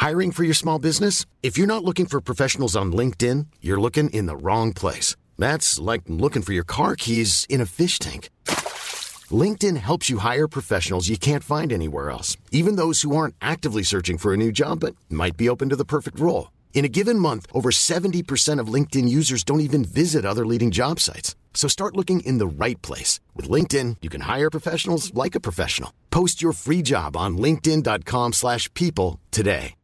Hiring for your small business? If you're not looking for professionals on LinkedIn, you're looking in the wrong place. That's like looking for your car keys in a fish tank. LinkedIn helps you hire professionals you can't find anywhere else, even those who aren't actively searching for a new job but might be open to the perfect role. In a given month, over 70% of LinkedIn users don't even visit other leading job sites. So start looking in the right place. With LinkedIn, you can hire professionals like a professional. Post your free job on linkedin.com/people today.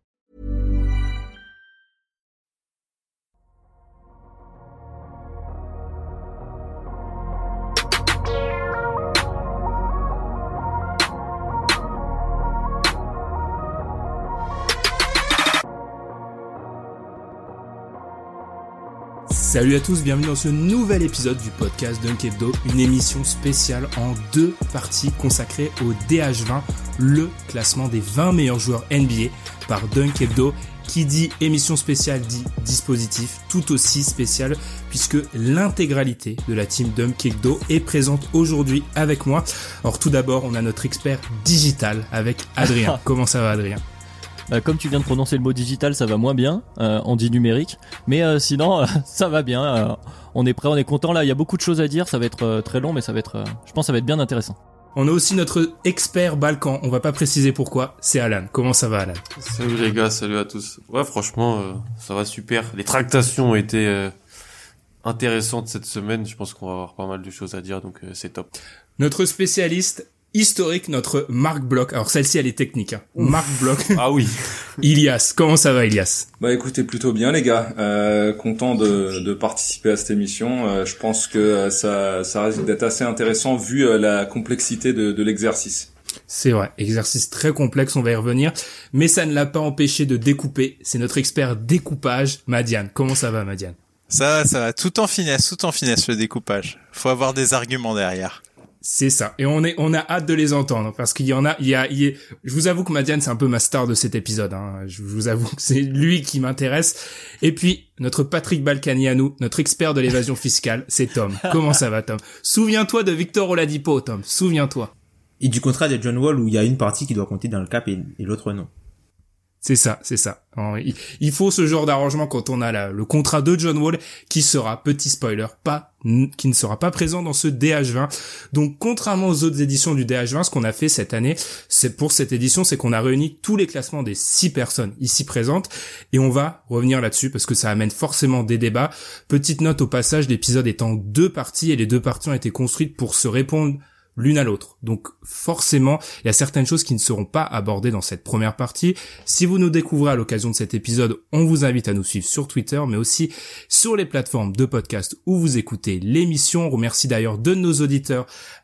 Salut à tous, bienvenue dans ce nouvel épisode du podcast Dunk Hebdo, une émission spéciale en 2 parties consacrée au DH20, le classement des 20 meilleurs joueurs NBA par Dunk Hebdo. Qui dit émission spéciale dit dispositif tout aussi spécial puisque l'intégralité de la team Dunk Hebdo est présente aujourd'hui avec moi. Alors tout d'abord, on a notre expert digital avec Adrien. Comment ça va Adrien ? Comme tu viens de prononcer le mot digital, ça va moins bien, on dit numérique, mais sinon ça va bien, on est prêt, on est content là, il y a beaucoup de choses à dire, ça va être très long mais ça va être, je pense que ça va être bien intéressant. On a aussi notre expert Balkan, on va pas préciser pourquoi, c'est Alan. Comment ça va Alan ? Salut les gars, salut à tous. Ouais franchement, ça va super, les tractations ont été intéressantes cette semaine, je pense qu'on va avoir pas mal de choses à dire donc c'est top. Notre spécialiste historique, notre Marc Bloch. Alors celle-ci elle est technique. Marc Bloch. Ah oui. Ilias, comment ça va Ilias ? Bah écoutez, plutôt bien les gars. Content de participer à cette émission. Je pense que ça risque d'être assez intéressant vu la complexité de l'exercice. C'est vrai, exercice très complexe, on va y revenir. Mais ça ne l'a pas empêché de découper. C'est notre expert découpage, Madiane. Comment ça va Madiane ? Ça va, tout en finesse le découpage. Faut avoir des arguments derrière. C'est ça. Et on a hâte de les entendre parce qu'il y a, je vous avoue que Madiane, c'est un peu ma star de cet épisode, hein. Je vous avoue que c'est lui qui m'intéresse. Et puis, notre Patrick Balkany à nous, notre expert de l'évasion fiscale, c'est Tom. Comment ça va, Tom? Souviens-toi de Victor Oladipo, Tom. Souviens-toi. Et du contrat de John Wall où il y a une partie qui doit compter dans le cap et l'autre non. C'est ça. Alors, il faut ce genre d'arrangement quand on a le contrat de John Wall qui sera, petit spoiler, qui ne sera pas présent dans ce DH20. Donc, contrairement aux autres éditions du DH20, ce qu'on a fait cette année, c'est pour cette édition, c'est qu'on a réuni tous les classements des 6 personnes ici présentes et on va revenir là-dessus parce que ça amène forcément des débats. Petite note au passage, l'épisode est en 2 parties et les 2 parties ont été construites pour se répondre l'une à l'autre. Donc forcément, il y a certaines choses qui ne seront pas abordées dans cette première partie. Si vous nous découvrez à l'occasion de cet épisode, on vous invite à nous suivre sur Twitter, mais aussi sur les plateformes de podcast où vous écoutez l'émission. On remercie d'ailleurs de nos auditeurs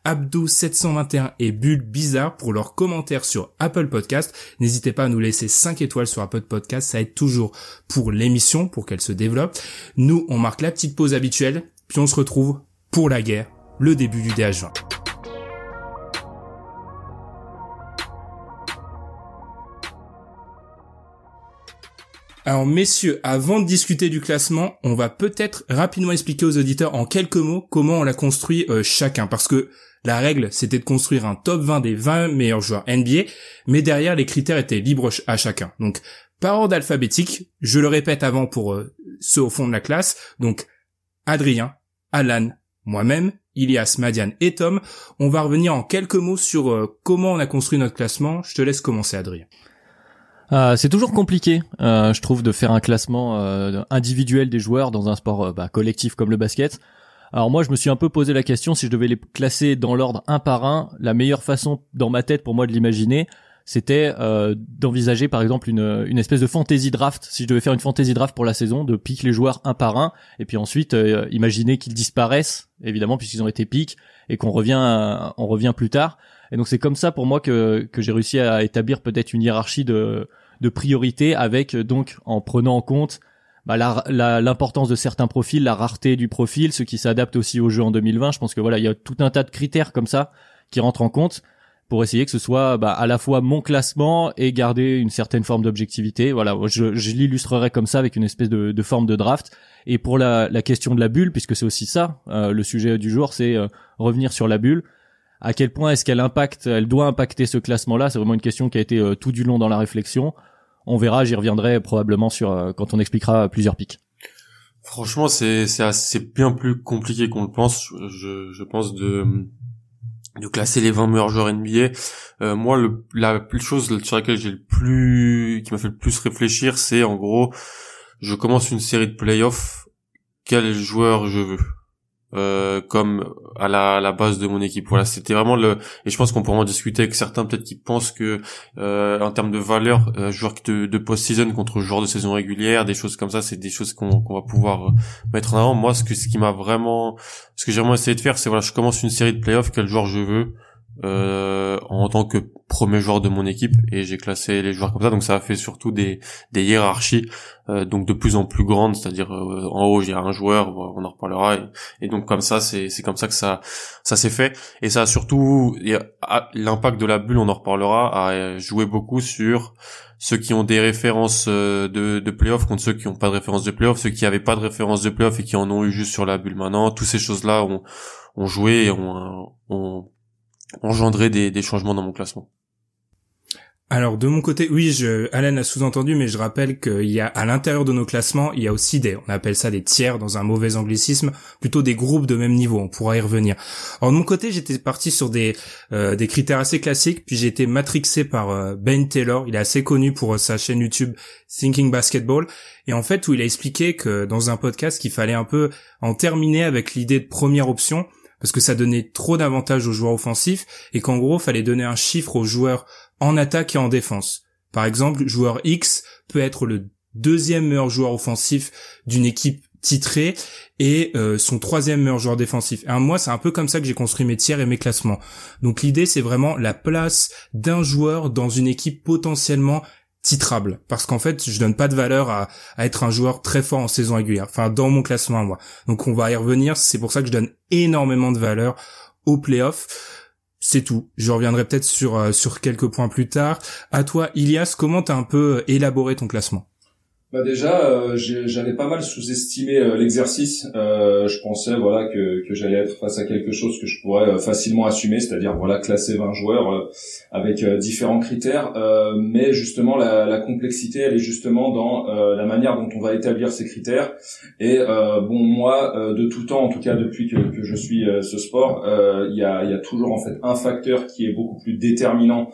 Abdou721 et Bulle Bizarre pour leurs commentaires sur Apple Podcast. N'hésitez pas à nous laisser 5 étoiles sur Apple Podcast, ça aide toujours pour l'émission, pour qu'elle se développe. Nous, on marque la petite pause habituelle, puis on se retrouve pour la guerre, le début du DH20. Alors messieurs, avant de discuter du classement, on va peut-être rapidement expliquer aux auditeurs en quelques mots comment on l'a construit chacun. Parce que la règle, c'était de construire un top 20 des 20 meilleurs joueurs NBA, mais derrière, les critères étaient libres à chacun. Donc, par ordre alphabétique, je le répète avant pour ceux au fond de la classe, donc Adrien, Alan, moi-même, Ilias, Madiane et Tom, on va revenir en quelques mots sur comment on a construit notre classement. Je te laisse commencer Adrien. C'est toujours compliqué, je trouve, de faire un classement individuel des joueurs dans un sport collectif comme le basket. Alors moi, je me suis un peu posé la question si je devais les classer dans l'ordre un par un. La meilleure façon, dans ma tête, pour moi, de l'imaginer, c'était d'envisager, par exemple, une espèce de fantasy draft. Si je devais faire une fantasy draft pour la saison, de piquer les joueurs un par un, et puis ensuite imaginer qu'ils disparaissent, évidemment, puisqu'ils ont été piques, et on revient plus tard. Et donc c'est comme ça pour moi que j'ai réussi à établir peut-être une hiérarchie de priorité avec donc en prenant en compte l'importance de certains profils, la rareté du profil, ce qui s'adapte aussi au jeu en 2020. Je pense que voilà, il y a tout un tas de critères comme ça qui rentrent en compte pour essayer que ce soit à la fois mon classement et garder une certaine forme d'objectivité. Voilà, je l'illustrerai comme ça avec une espèce de forme de draft. Et pour la question de la bulle, puisque c'est aussi ça, le sujet du jour, c'est revenir sur la bulle. À quel point est-ce qu'elle doit impacter ce classement-là? C'est vraiment une question qui a été tout du long dans la réflexion. On verra, j'y reviendrai probablement quand on expliquera plusieurs pics. Franchement, c'est assez bien plus compliqué qu'on le pense. Je pense de classer les 20 meilleurs joueurs NBA. Moi, la chose sur laquelle qui m'a fait le plus réfléchir, c'est en gros, je commence une série de playoffs, quel joueur je veux. Comme à la base de mon équipe. Voilà, c'était vraiment et je pense qu'on pourra en discuter avec certains peut-être qui pensent que en termes de valeur, joueur de post-season contre joueur de saison régulière, des choses comme ça, c'est des choses qu'on va pouvoir mettre en avant. Moi, ce que j'ai vraiment essayé de faire, c'est voilà, je commence une série de playoffs, quel joueur je veux en tant que premier joueur de mon équipe, et j'ai classé les joueurs comme ça. Donc ça a fait surtout des hiérarchies donc de plus en plus grandes, c'est-à-dire en haut il y a un joueur, on en reparlera, et donc comme ça c'est comme ça que ça s'est fait. Et ça a surtout l'impact de la bulle, on en reparlera, a joué beaucoup sur ceux qui ont des références de playoffs contre ceux qui n'ont pas de référence de playoffs, ceux qui avaient pas de référence de playoffs et qui en ont eu juste sur la bulle. Maintenant, toutes ces choses-là ont joué et ont engendré des changements dans mon classement. Alors de mon côté, oui, Alan a sous-entendu, mais je rappelle qu'il y a à l'intérieur de nos classements, il y a aussi on appelle ça des tiers dans un mauvais anglicisme, plutôt des groupes de même niveau, on pourra y revenir. Alors de mon côté, j'étais parti sur des critères assez classiques, puis j'ai été matrixé par Ben Taylor, il est assez connu pour sa chaîne YouTube Thinking Basketball, et en fait où il a expliqué que dans un podcast qu'il fallait un peu en terminer avec l'idée de première option, parce que ça donnait trop d'avantages aux joueurs offensifs, et qu'en gros, fallait donner un chiffre aux joueurs en attaque et en défense. Par exemple, joueur X peut être le deuxième meilleur joueur offensif d'une équipe titrée et son troisième meilleur joueur défensif. Et moi, c'est un peu comme ça que j'ai construit mes tiers et mes classements. Donc l'idée, c'est vraiment la place d'un joueur dans une équipe potentiellement titrable, parce qu'en fait je donne pas de valeur à être un joueur très fort en saison régulière, enfin dans mon classement à moi. Donc on va y revenir, c'est pour ça que je donne énormément de valeur aux playoffs. C'est tout. Je reviendrai peut-être sur quelques points plus tard. À toi, Ilias, comment t'as un peu élaboré ton classement? Bah déjà, j'avais pas mal sous-estimé l'exercice. Je pensais voilà que j'allais être face à quelque chose que je pourrais facilement assumer, c'est-à-dire voilà classer 20 joueurs avec différents critères. Mais justement la complexité, elle est justement dans la manière dont on va établir ces critères. Et bon, moi, de tout temps, en tout cas depuis que je suis ce sport, il y a toujours en fait un facteur qui est beaucoup plus déterminant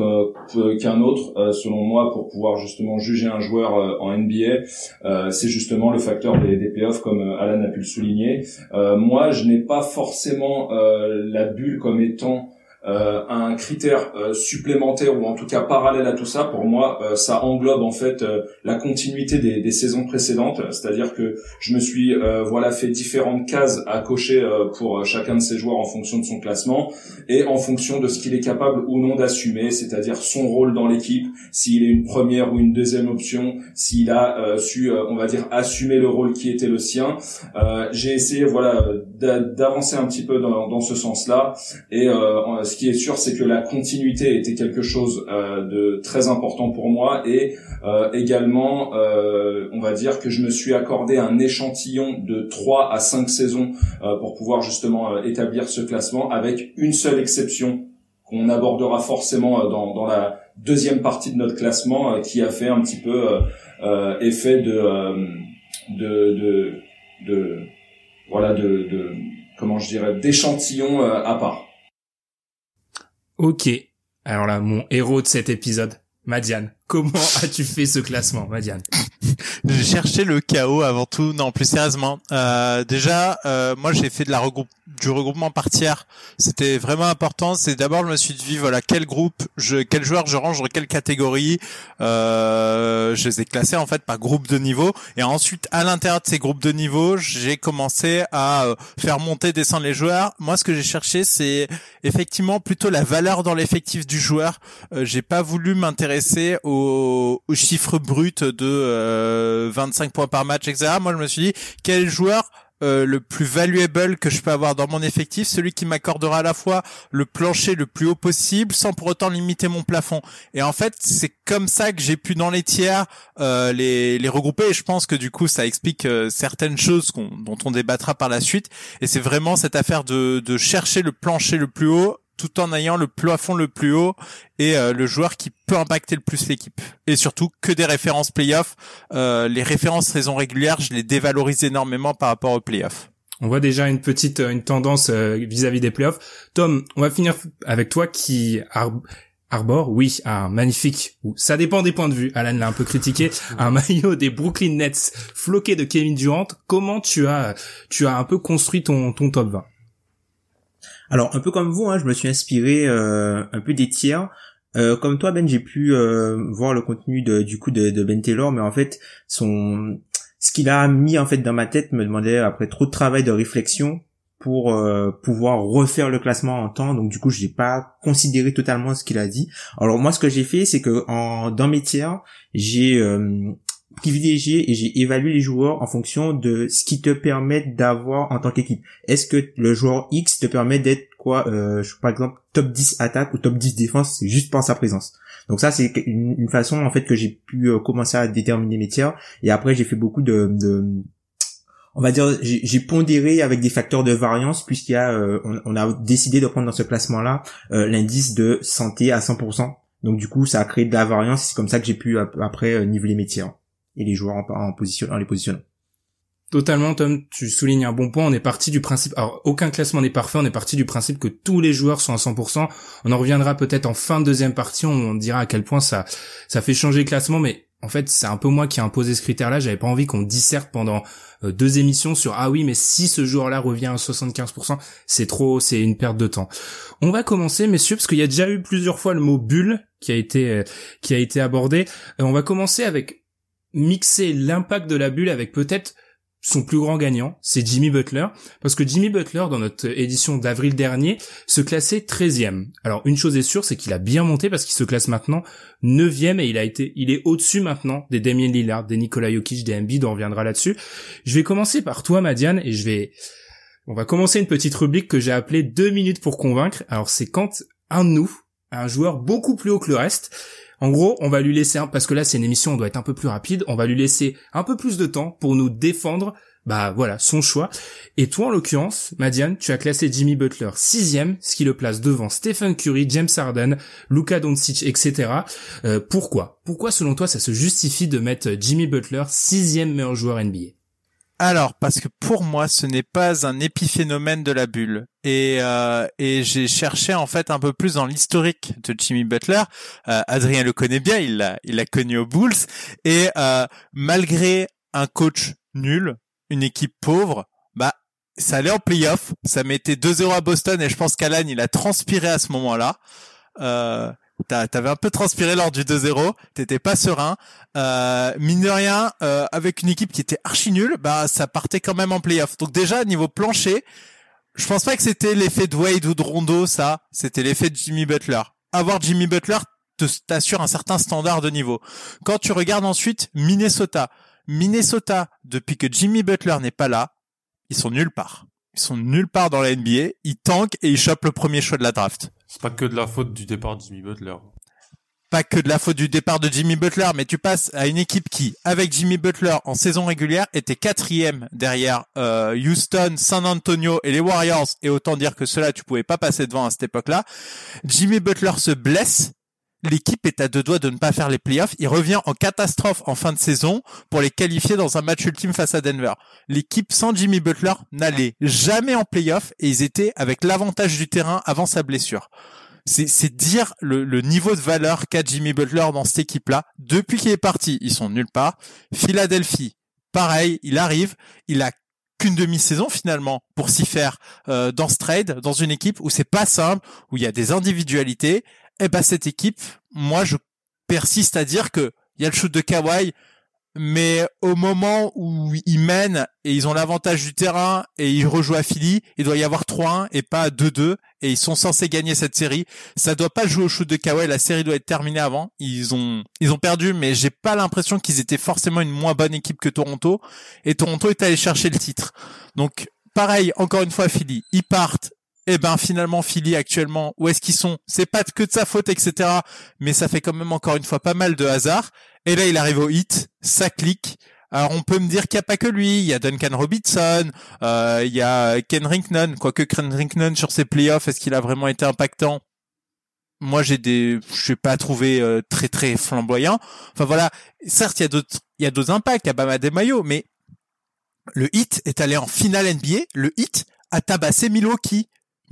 qu'un autre, selon moi, pour pouvoir justement juger un joueur en NBA. C'est justement le facteur des playoffs, comme Alan a pu le souligner. Moi, je n'ai pas forcément la bulle comme étant un critère supplémentaire, ou en tout cas parallèle à tout ça. Pour moi, ça englobe en fait la continuité des saisons précédentes, c'est-à-dire que je me suis voilà fait différentes cases à cocher pour chacun de ces joueurs en fonction de son classement et en fonction de ce qu'il est capable ou non d'assumer, c'est-à-dire son rôle dans l'équipe, s'il est une première ou une deuxième option, s'il a su on va dire assumer le rôle qui était le sien. J'ai essayé voilà d'avancer un petit peu dans ce sens-là, et ce qui est sûr, c'est que la continuité était quelque chose de très important pour moi, et également, on va dire que je me suis accordé un échantillon de 3 à 5 saisons pour pouvoir justement établir ce classement, avec une seule exception qu'on abordera forcément dans la deuxième partie de notre classement, qui a fait un petit peu effet comment je dirais, d'échantillon à part. Ok. Alors là, mon héros de cet épisode, Madiane. Comment as-tu fait ce classement, Madiane? J'ai cherché le chaos avant tout. Non, plus sérieusement. Déjà, moi, j'ai fait du regroupement par tiers. C'était vraiment important. C'est d'abord, je me suis dit, voilà, quel joueur je range dans quelle catégorie. Je les ai classés, en fait, par groupe de niveau. Et ensuite, à l'intérieur de ces groupes de niveau, j'ai commencé à faire monter, descendre les joueurs. Moi, ce que j'ai cherché, c'est effectivement plutôt la valeur dans l'effectif du joueur. J'ai pas voulu m'intéresser aux chiffres bruts de 25 points par match, etc. Moi, je me suis dit, quel joueur le plus valuable que je peux avoir dans mon effectif, celui qui m'accordera à la fois le plancher le plus haut possible sans pour autant limiter mon plafond. Et en fait, c'est comme ça que j'ai pu dans les tiers les regrouper, et je pense que du coup ça explique certaines choses dont on débattra par la suite. Et c'est vraiment cette affaire de chercher le plancher le plus haut tout en ayant le plafond le plus haut et le joueur qui peut impacter le plus l'équipe. Et surtout que des références playoff. Les références saison régulière, je les dévalorise énormément par rapport aux playoffs. On voit déjà une tendance vis-à-vis des playoffs. Tom, on va finir avec toi qui arbore, oui, un magnifique, ou ça dépend des points de vue, Alan l'a un peu critiqué, un maillot des Brooklyn Nets floqué de Kevin Durant. Comment tu as un peu construit ton top 20? Alors un peu comme vous, je me suis inspiré un peu des tiers. Comme toi Ben, j'ai pu voir le contenu de Ben Taylor, mais en fait ce qu'il a mis en fait dans ma tête me demandait après trop de travail de réflexion pour pouvoir refaire le classement en temps. Donc du coup, je n'ai pas considéré totalement ce qu'il a dit. Alors moi, ce que j'ai fait, c'est que dans mes tiers, j'ai privilégié et j'ai évalué les joueurs en fonction de ce qu'ils te permettent d'avoir en tant qu'équipe. Est-ce que le joueur X te permet d'être par exemple top 10 attaque ou top 10 défense, c'est juste par sa présence. Donc ça, c'est une façon en fait que j'ai pu commencer à déterminer mes tiers. Et après, j'ai fait beaucoup on va dire, j'ai pondéré avec des facteurs de variance, puisqu'il y a on a décidé de prendre dans ce classement-là l'indice de santé à 100%. Donc du coup, ça a créé de la variance. C'est comme ça que j'ai pu après niveler mes tiers et les joueurs en les positionnant. Totalement, Tom, tu soulignes un bon point. On est parti du principe, alors aucun classement n'est parfait, on est parti du principe que tous les joueurs sont à 100%. On en reviendra peut-être en fin de deuxième partie, on dira à quel point ça fait changer le classement, mais en fait, c'est un peu moi qui ai imposé ce critère-là. J'avais pas envie qu'on disserte pendant 2 émissions sur ah oui, mais si ce joueur-là revient à 75%, c'est une perte de temps. On va commencer, messieurs, parce qu'il y a déjà eu plusieurs fois le mot bulle qui a été abordé. On va commencer avec mixer l'impact de la bulle avec peut-être son plus grand gagnant, c'est Jimmy Butler, parce que Jimmy Butler, dans notre édition d'avril dernier, se classait 13e. Alors, une chose est sûre, c'est qu'il a bien monté parce qu'il se classe maintenant 9e et il est au-dessus maintenant des Damian Lillard, des Nikola Jokic, des Embiid, on reviendra là-dessus. Je vais commencer par toi, Madiane, et on va commencer une petite rubrique que j'ai appelée 2 minutes pour convaincre. Alors, c'est quand un joueur beaucoup plus haut que le reste, en gros, on va lui laisser, parce que là c'est une émission, on doit être un peu plus rapide, on va lui laisser un peu plus de temps pour nous défendre, son choix. Et toi, en l'occurrence, Madiane, tu as classé Jimmy Butler 6e, ce qui le place devant Stephen Curry, James Harden, Luka Doncic, etc. Pourquoi selon toi ça se justifie de mettre Jimmy Butler 6e meilleur joueur NBA? Alors, parce que pour moi, ce n'est pas un épiphénomène de la bulle. Et j'ai cherché en fait un peu plus dans l'historique de Jimmy Butler. Adrien le connaît bien, il l'a connu aux Bulls. Et malgré un coach nul, une équipe pauvre, ça allait en play-off. Ça mettait 2-0 à Boston et je pense qu'Alan, il a transpiré à ce moment-là. T'avais un peu transpiré lors du 2-0, t'étais pas serein. Mine de rien, avec une équipe qui était archi nulle, ça partait quand même en play-off. Donc déjà, niveau plancher, je pense pas que c'était l'effet de Wade ou de Rondo, ça. C'était l'effet de Jimmy Butler. Avoir Jimmy Butler t'assure un certain standard de niveau. Quand tu regardes ensuite Minnesota, depuis que Jimmy Butler n'est pas là, ils sont nulle part. Ils sont nulle part dans la NBA, ils tankent et ils chopent le premier choix de la draft. C'est pas que de la faute du départ de Jimmy Butler. Pas que de la faute du départ de Jimmy Butler, mais tu passes à une équipe qui, avec Jimmy Butler en saison régulière, était 4e derrière Houston, San Antonio et les Warriors, et autant dire que ceux-là, tu pouvais pas passer devant à cette époque-là. Jimmy Butler se blesse, l'équipe est à 2 doigts de ne pas faire les playoffs, il revient en catastrophe en fin de saison pour les qualifier dans un match ultime face à Denver. L'équipe sans Jimmy Butler n'allait jamais en playoffs et ils étaient avec l'avantage du terrain avant sa blessure. C'est dire le niveau de valeur qu'a Jimmy Butler dans cette équipe-là. Depuis qu'il est parti, ils sont nulle part. Philadelphie, pareil, il arrive, il a qu'une demi-saison finalement pour s'y faire dans ce trade, dans une équipe où c'est pas simple, où il y a des individualités. Cette équipe, moi je persiste à dire que il y a le shoot de Kawhi, mais au moment où ils mènent et ils ont l'avantage du terrain et ils rejouent à Philly, il doit y avoir 3-1 et pas 2-2 et ils sont censés gagner cette série. Ça doit pas jouer au shoot de Kawhi, la série doit être terminée avant. Ils ont perdu, mais j'ai pas l'impression qu'ils étaient forcément une moins bonne équipe que Toronto et Toronto est allé chercher le titre. Donc pareil, encore une fois Philly, ils partent. Finalement Philly actuellement, où est-ce qu'ils sont? C'est pas que de sa faute, etc. Mais ça fait quand même encore une fois pas mal de hasard. Et là il arrive au hit, ça clique. Alors on peut me dire qu'il n'y a pas que lui, il y a Duncan Robinson, il y a Ken Rincknen, quoique Ken Rincknen sur ses playoffs, est-ce qu'il a vraiment été impactant? Moi je n'ai pas trouvé très très flamboyant. Enfin voilà, certes il y a d'autres impacts, il y a Bam Adebayo, mais le Heat est allé en finale NBA, le Heat a tabassé Milwaukee,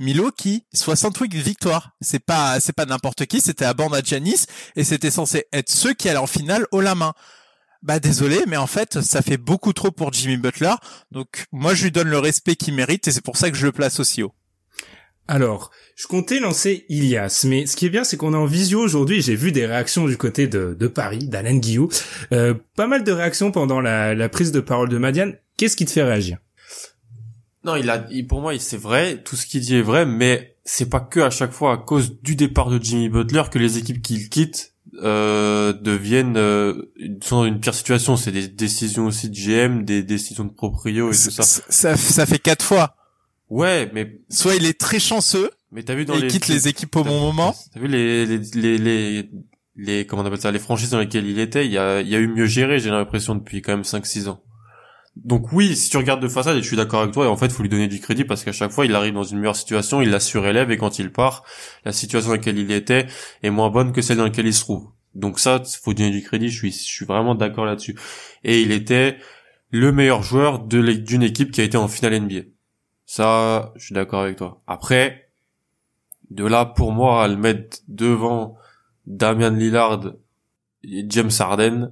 68 victoires. C'est pas n'importe qui, c'était à bande à Giannis et c'était censé être ceux qui allaient en finale haut la main. Bah désolé, mais en fait, ça fait beaucoup trop pour Jimmy Butler. Donc moi, je lui donne le respect qu'il mérite et c'est pour ça que je le place aussi haut. Alors, je comptais lancer Ilias, mais ce qui est bien, c'est qu'on est en visio aujourd'hui. J'ai vu des réactions du côté de Paris, d'Alain Guillou. Pas mal de réactions pendant la prise de parole de Madiane. Qu'est-ce qui te fait réagir? Non, pour moi, c'est vrai, tout ce qu'il dit est vrai, mais c'est pas que à chaque fois à cause du départ de Jimmy Butler que les équipes qu'il quitte deviennent sont dans une pire situation. C'est des décisions aussi de GM, des décisions de proprio et tout ça. Ça fait 4 fois. Ouais, mais soit il est très chanceux, mais t'as vu il quitte les équipes au bon moment. T'as vu les comment on appelle ça, les franchises dans lesquelles il était, il y a eu mieux géré, j'ai l'impression, depuis quand même 5-6 ans. Donc oui, si tu regardes de façade, et je suis d'accord avec toi, et en fait, faut lui donner du crédit parce qu'à chaque fois, il arrive dans une meilleure situation, il la surélève, et quand il part, la situation dans laquelle il était est moins bonne que celle dans laquelle il se trouve. Donc ça, faut donner du crédit, je suis vraiment d'accord là-dessus. Et il était le meilleur joueur d'une équipe qui a été en finale NBA. Ça, je suis d'accord avec toi. Après, de là, pour moi, à le mettre devant Damian Lillard et James Harden,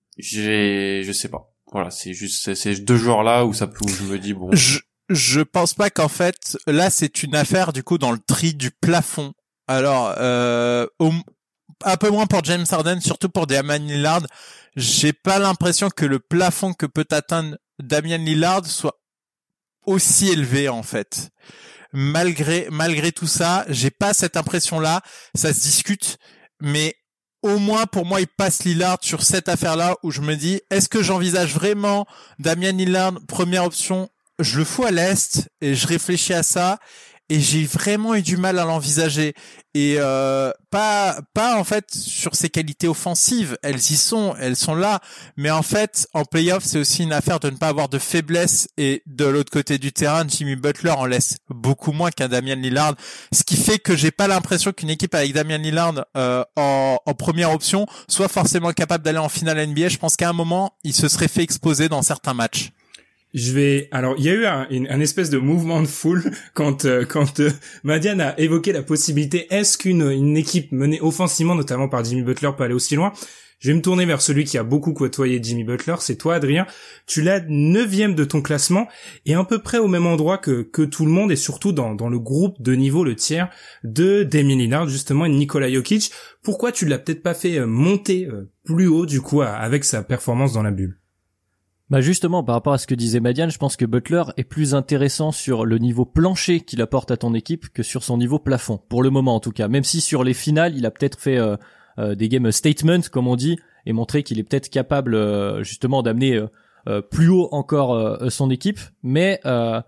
je sais pas. Voilà, c'est juste ces deux joueurs-là où je me dis bon. Je pense pas qu'en fait là c'est une affaire du coup dans le tri du plafond. Alors un peu moins pour James Harden, surtout pour Damian Lillard. J'ai pas l'impression que le plafond que peut atteindre Damian Lillard soit aussi élevé en fait. Malgré tout ça, j'ai pas cette impression-là. Ça se discute, mais au moins, pour moi, il passe Lillard sur cette affaire-là où je me dis, est-ce que j'envisage vraiment Damian Lillard, première option? Je le fous à l'Est et je réfléchis à ça et j'ai vraiment eu du mal à l'envisager. Et pas en fait sur ses qualités offensives, elles sont là. Mais en fait, en playoff, c'est aussi une affaire de ne pas avoir de faiblesse. Et de l'autre côté du terrain, Jimmy Butler en laisse beaucoup moins qu'un Damian Lillard. Ce qui fait que j'ai pas l'impression qu'une équipe avec Damian Lillard en première option soit forcément capable d'aller en finale NBA. Je pense qu'à un moment, il se serait fait exposer dans certains matchs. Alors, il y a eu un espèce de mouvement de foule quand Madiane a évoqué la possibilité, est-ce qu'une équipe menée offensivement, notamment par Jimmy Butler, peut aller aussi loin? Je vais me tourner vers celui qui a beaucoup côtoyé Jimmy Butler, c'est toi, Adrien. Tu l'as 9e de ton classement et à peu près au même endroit que tout le monde et surtout dans le groupe de niveau, le tiers de Damian Lillard, justement, et Nikola Jokic. Pourquoi tu l'as peut-être pas fait monter plus haut, du coup, avec sa performance dans la bulle? Bah justement, par rapport à ce que disait Madiane, je pense que Butler est plus intéressant sur le niveau plancher qu'il apporte à ton équipe que sur son niveau plafond, pour le moment en tout cas. Même si sur les finales, il a peut-être fait des game statements, comme on dit, et montré qu'il est peut-être capable justement d'amener plus haut encore son équipe. Mais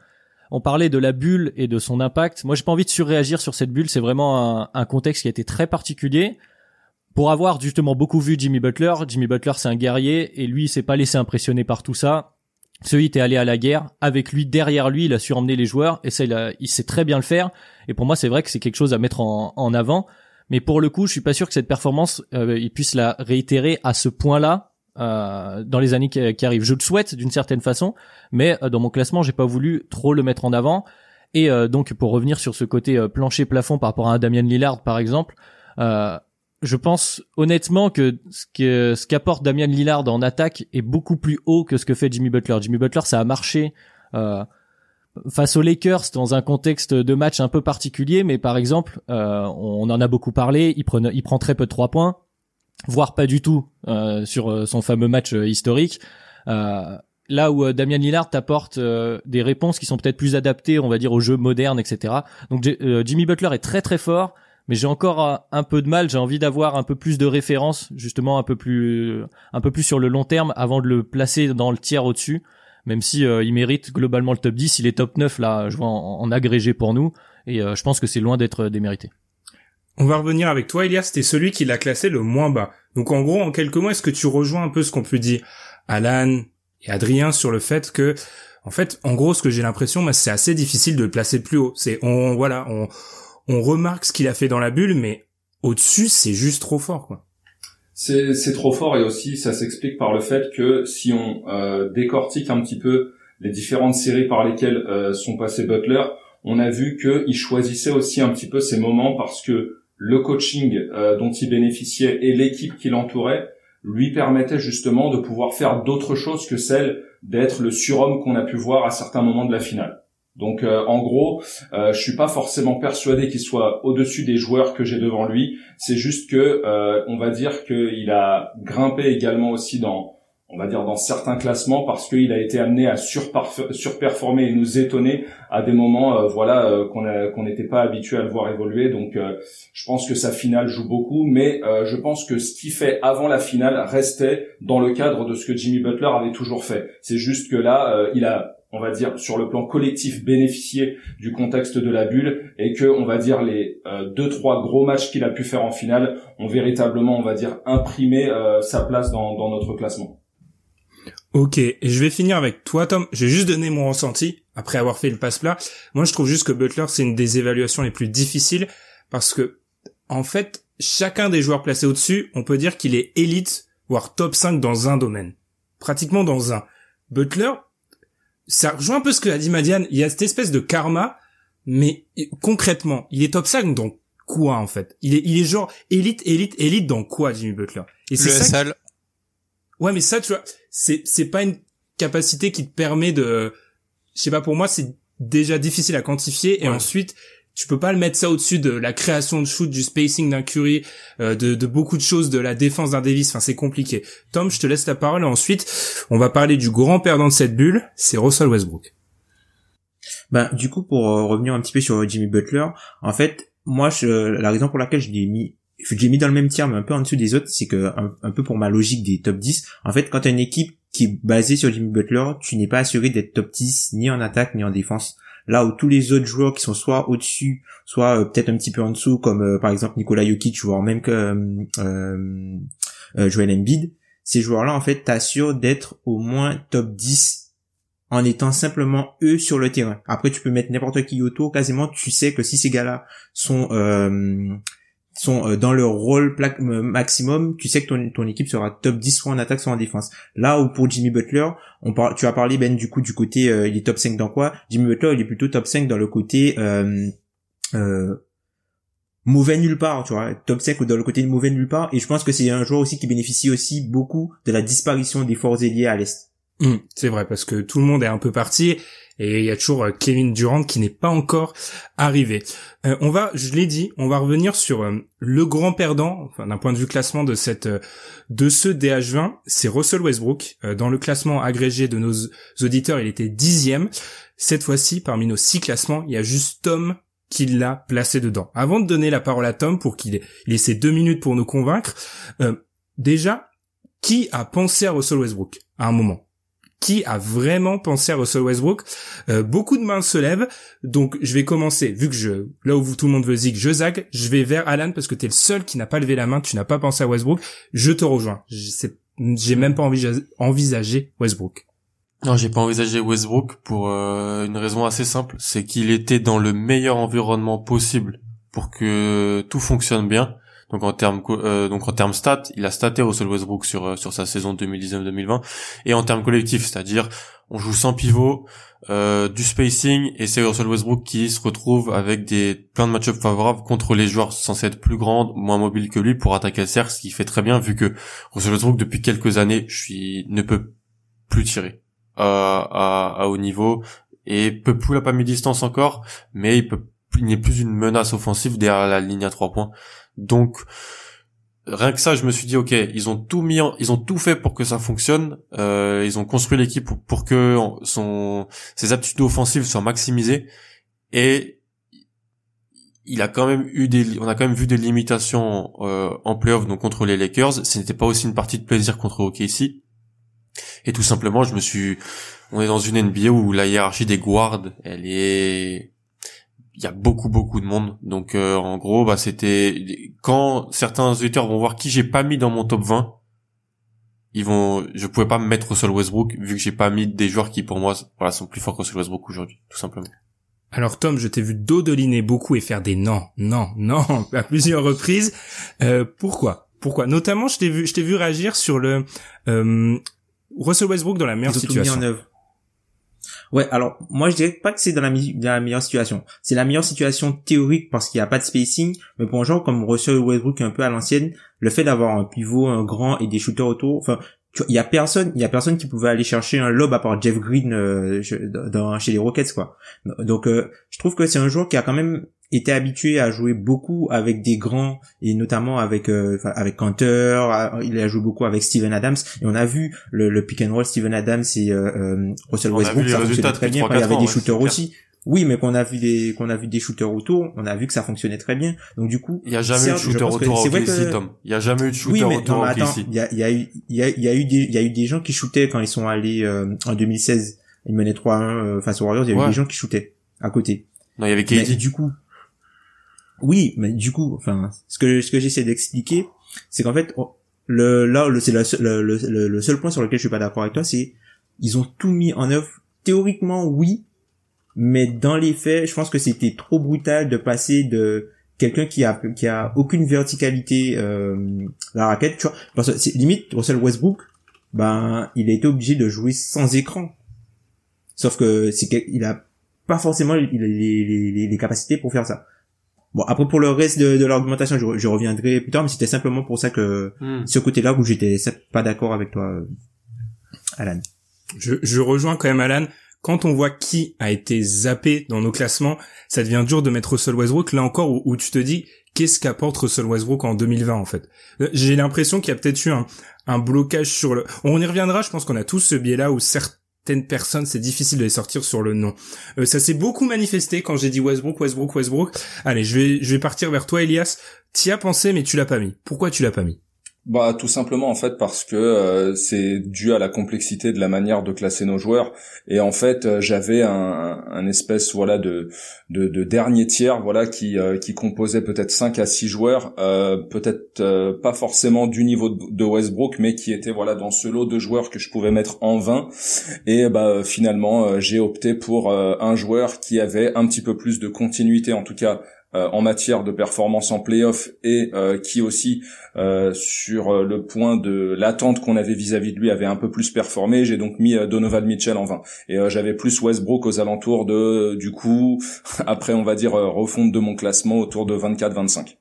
on parlait de la bulle et de son impact. Moi, j'ai pas envie de surréagir sur cette bulle. C'est vraiment un contexte qui a été très particulier. Pour avoir justement beaucoup vu Jimmy Butler c'est un guerrier et lui il s'est pas laissé impressionner par tout ça. Ce Heat est allé à la guerre, avec lui, derrière lui, il a su emmener les joueurs et ça il sait très bien le faire et pour moi c'est vrai que c'est quelque chose à mettre en avant, mais pour le coup je suis pas sûr que cette performance il puisse la réitérer à ce point-là dans les années qui arrivent. Je le souhaite d'une certaine façon, mais dans mon classement j'ai pas voulu trop le mettre en avant et donc pour revenir sur ce côté plancher-plafond par rapport à un Damian Lillard par exemple, je pense honnêtement que ce qu'apporte Damian Lillard en attaque est beaucoup plus haut que ce que fait Jimmy Butler. Jimmy Butler, ça a marché face aux Lakers dans un contexte de match un peu particulier, mais par exemple, on en a beaucoup parlé, il prend très peu de 3 points, voire pas du tout sur son fameux match historique. Là où Damian Lillard t'apporte des réponses qui sont peut-être plus adaptées, on va dire, au jeu moderne, etc. Donc Jimmy Butler est très très fort, mais j'ai encore un peu de mal, j'ai envie d'avoir un peu plus de références, justement un peu plus sur le long terme avant de le placer dans le tiers au-dessus, même si il mérite globalement le top 10, il est top 9 là, je vois en agrégé pour nous, et je pense que c'est loin d'être démérité. On va revenir avec toi, Elias, t'es celui qui l'a classé le moins bas. Donc en gros, en quelques mots, est-ce que tu rejoins un peu ce qu'ont pu dire Alan, Adrien sur le fait que, en fait, en gros, ce que j'ai l'impression, moi, c'est assez difficile de le placer plus haut. On remarque ce qu'il a fait dans la bulle, mais au-dessus, c'est juste trop fort, quoi. C'est trop fort, et aussi ça s'explique par le fait que si on décortique un petit peu les différentes séries par lesquelles sont passés Butler, on a vu qu'il choisissait aussi un petit peu ses moments parce que le coaching dont il bénéficiait et l'équipe qui l'entourait lui permettait justement de pouvoir faire d'autres choses que celle d'être le surhomme qu'on a pu voir à certains moments de la finale. Donc en gros, je suis pas forcément persuadé qu'il soit au-dessus des joueurs que j'ai devant lui. C'est juste que on va dire qu'il a grimpé également aussi dans certains classements parce qu'il a été amené à surperformer et nous étonner à des moments qu'on n'était pas habitué à le voir évoluer. Donc je pense que sa finale joue beaucoup, mais je pense que ce qu'il fait avant la finale restait dans le cadre de ce que Jimmy Butler avait toujours fait. C'est juste que là il a, on va dire, sur le plan collectif, bénéficié du contexte de la bulle, et que, on va dire, les 2-3 gros matchs qu'il a pu faire en finale ont véritablement, on va dire, imprimé sa place dans notre classement. Ok, et je vais finir avec toi, Tom. J'ai juste donné mon ressenti après avoir fait le passe-plat. Moi, je trouve juste que Butler, c'est une des évaluations les plus difficiles parce que, en fait, chacun des joueurs placés au-dessus, on peut dire qu'il est élite, voire top 5 dans un domaine. Pratiquement dans un. Butler, ça rejoint un peu ce que a dit Madiane. Il y a cette espèce de karma, mais concrètement, il est top 5 dans quoi, en fait? Il est genre élite dans quoi, Jimmy Butler? Et c'est le ça SL. Ouais, mais ça, tu vois, c'est pas une capacité qui te permet de, je sais pas, pour moi, c'est déjà difficile à quantifier, et ensuite, tu peux pas le mettre ça au-dessus de la création de shoot, du spacing d'un Curry, de beaucoup de choses, de la défense d'un Davis. Enfin, c'est compliqué. Tom, je te laisse la parole. Ensuite, on va parler du grand perdant de cette bulle, c'est Russell Westbrook. Du coup, pour revenir un petit peu sur Jimmy Butler, en fait, moi, la raison pour laquelle je l'ai mis dans le même tiers, mais un peu en dessous des autres, c'est que un peu pour ma logique des top 10, en fait, quand t'as une équipe qui est basée sur Jimmy Butler, tu n'es pas assuré d'être top 10 ni en attaque ni en défense. Là où tous les autres joueurs qui sont soit au-dessus, soit peut-être un petit peu en dessous, comme par exemple Nikola Jokic, voire même que Joel Embiid, ces joueurs-là, en fait, t'assurent d'être au moins top 10 en étant simplement eux sur le terrain. Après, tu peux mettre n'importe qui autour, quasiment, tu sais que si ces gars-là sont dans leur rôle maximum, tu sais que ton équipe sera top 10 soit en attaque soit en défense. Là où pour Jimmy Butler, tu as parlé du coup du côté il est top 5 dans quoi? Jimmy Butler, il est plutôt top 5 dans le côté mauvais nulle part, tu vois, top 5 ou dans le côté mauvais nulle part, et je pense que c'est un joueur aussi qui bénéficie aussi beaucoup de la disparition des forces ailiers à l'Est. C'est vrai, parce que tout le monde est un peu parti, et il y a toujours Kevin Durant qui n'est pas encore arrivé. Je l'ai dit, on va revenir sur le grand perdant, enfin, d'un point de vue classement de ce DH20, c'est Russell Westbrook. Dans le classement agrégé de nos auditeurs, il était 10e. Cette fois-ci, parmi nos 6 classements, il y a juste Tom qui l'a placé dedans. Avant de donner la parole à Tom pour qu'il ait ses 2 minutes pour nous convaincre, déjà, qui a pensé à Russell Westbrook à un moment? Qui a vraiment pensé à Russell Westbrook? Beaucoup de mains se lèvent, donc je vais commencer, vu que là où tout le monde veut zig, je zag, je vais vers Alan parce que t'es le seul qui n'a pas levé la main, tu n'as pas pensé à Westbrook, je te rejoins. J'ai même pas envisagé Westbrook. Non, j'ai pas envisagé Westbrook pour une raison assez simple, c'est qu'il était dans le meilleur environnement possible pour que tout fonctionne bien. Donc en termes stats, il a staté Russell Westbrook sur sa saison 2019-2020, et en termes collectifs, c'est-à-dire on joue sans pivot, du spacing, et c'est Russell Westbrook qui se retrouve avec plein de match-ups favorables contre les joueurs censés être plus grands, moins mobiles que lui pour attaquer le cercle, ce qui fait très bien vu que Russell Westbrook depuis quelques années ne peut plus tirer à haut niveau, et peut plus la pas mi-distance encore, mais il n'est plus une menace offensive derrière la ligne à 3 points. Donc rien que ça, je me suis dit ok, ils ont tout fait pour que ça fonctionne. Ils ont construit l'équipe pour que ses aptitudes offensives soient maximisées, et on a quand même vu des limitations en playoff, donc contre les Lakers. Ce n'était pas aussi une partie de plaisir contre OKC. Et tout simplement, on est dans une NBA où la hiérarchie des guards, il y a beaucoup de monde, donc en gros c'était quand certains auditeurs vont voir qui j'ai pas mis dans mon top 20, je pouvais pas mettre Russell Westbrook vu que j'ai pas mis des joueurs qui pour moi voilà sont plus forts que Russell Westbrook aujourd'hui, tout simplement. Alors Tom, je t'ai vu dodeliner beaucoup et faire des non à plusieurs reprises. Pourquoi Notamment, je t'ai vu réagir sur le Russell Westbrook dans la meilleure situation. Mis en œuvre. Ouais, alors moi je dirais pas que c'est dans la meilleure situation. C'est la meilleure situation théorique parce qu'il y a pas de spacing, mais pour un joueur comme Russell Westbrook un peu à l'ancienne, le fait d'avoir un pivot, un grand et des shooters autour, enfin il y a personne qui pouvait aller chercher un lob à part Jeff Green chez les Rockets quoi. Donc je trouve que c'est un joueur qui a quand même été habitué à jouer beaucoup avec des grands et notamment avec Kanter, il a joué beaucoup avec Steven Adams et on a vu le pick and roll Steven Adams et Russell Westbrook, ça fonctionnait très bien quand il y avait des shooters aussi. Oui, mais qu'on a vu des shooters autour, on a vu que ça fonctionnait très bien. Donc du coup, il y a jamais eu de shooter autour au KC, Tom. Il y a jamais eu de shooter autour au KC. Il y a eu des gens qui shootaient quand ils sont allés en 2016, ils menaient 3-1 face aux Warriors, il y a eu des gens qui shootaient à côté. Non, il y avait KD. Mais du coup, oui, mais du coup, enfin, ce que j'essaie d'expliquer, c'est qu'en fait, c'est le seul point sur lequel je suis pas d'accord avec toi, c'est ils ont tout mis en œuvre. Théoriquement, oui, mais dans les faits, je pense que c'était trop brutal de passer de quelqu'un qui a aucune verticalité la raquette, tu vois, parce que c'est limite Russell Westbrook, ben il a été obligé de jouer sans écran. Sauf que il a pas forcément les capacités pour faire ça. Bon, après pour le reste de l'argumentation, je reviendrai plus tard, mais c'était simplement pour ça que ce côté-là où j'étais pas d'accord avec toi, Alan. Je rejoins quand même Alan. Quand on voit qui a été zappé dans nos classements, ça devient dur de mettre Russell Westbrook là encore où tu te dis qu'est-ce qu'apporte Russell Westbrook en 2020 en fait. J'ai l'impression qu'il y a peut-être eu un blocage sur le. On y reviendra, je pense qu'on a tous ce biais-là où certaines personnes c'est difficile de les sortir sur le nom. Ça s'est beaucoup manifesté quand j'ai dit Westbrook. Allez, je vais partir vers toi Elias. T'y as pensé mais tu l'as pas mis. Pourquoi tu l'as pas mis? Bah tout simplement en fait parce que c'est dû à la complexité de la manière de classer nos joueurs et en fait j'avais un espèce voilà de dernier tiers voilà qui composait peut-être 5 à 6 joueurs peut-être pas forcément du niveau de Westbrook mais qui était voilà dans ce lot de joueurs que je pouvais mettre en 20 et bah finalement j'ai opté pour un joueur qui avait un petit peu plus de continuité en tout cas en matière de performance en play-off et qui aussi sur le point de l'attente qu'on avait vis-à-vis de lui avait un peu plus performé. J'ai donc mis Donovan Mitchell en 20 et j'avais plus Westbrook aux alentours de du coup après on va dire refonte de mon classement autour de 24-25.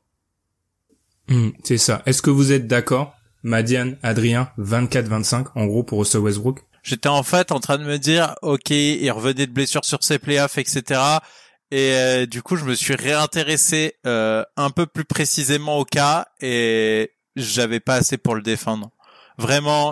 C'est ça. Est-ce que vous êtes d'accord, Madiane, Adrien, 24-25 en gros pour Russell Westbrook? J'étais en fait en train de me dire ok, il revenait de blessure sur ses play-offs, etc. Et du coup, je me suis réintéressé un peu plus précisément au cas et j'avais pas assez pour le défendre. Vraiment,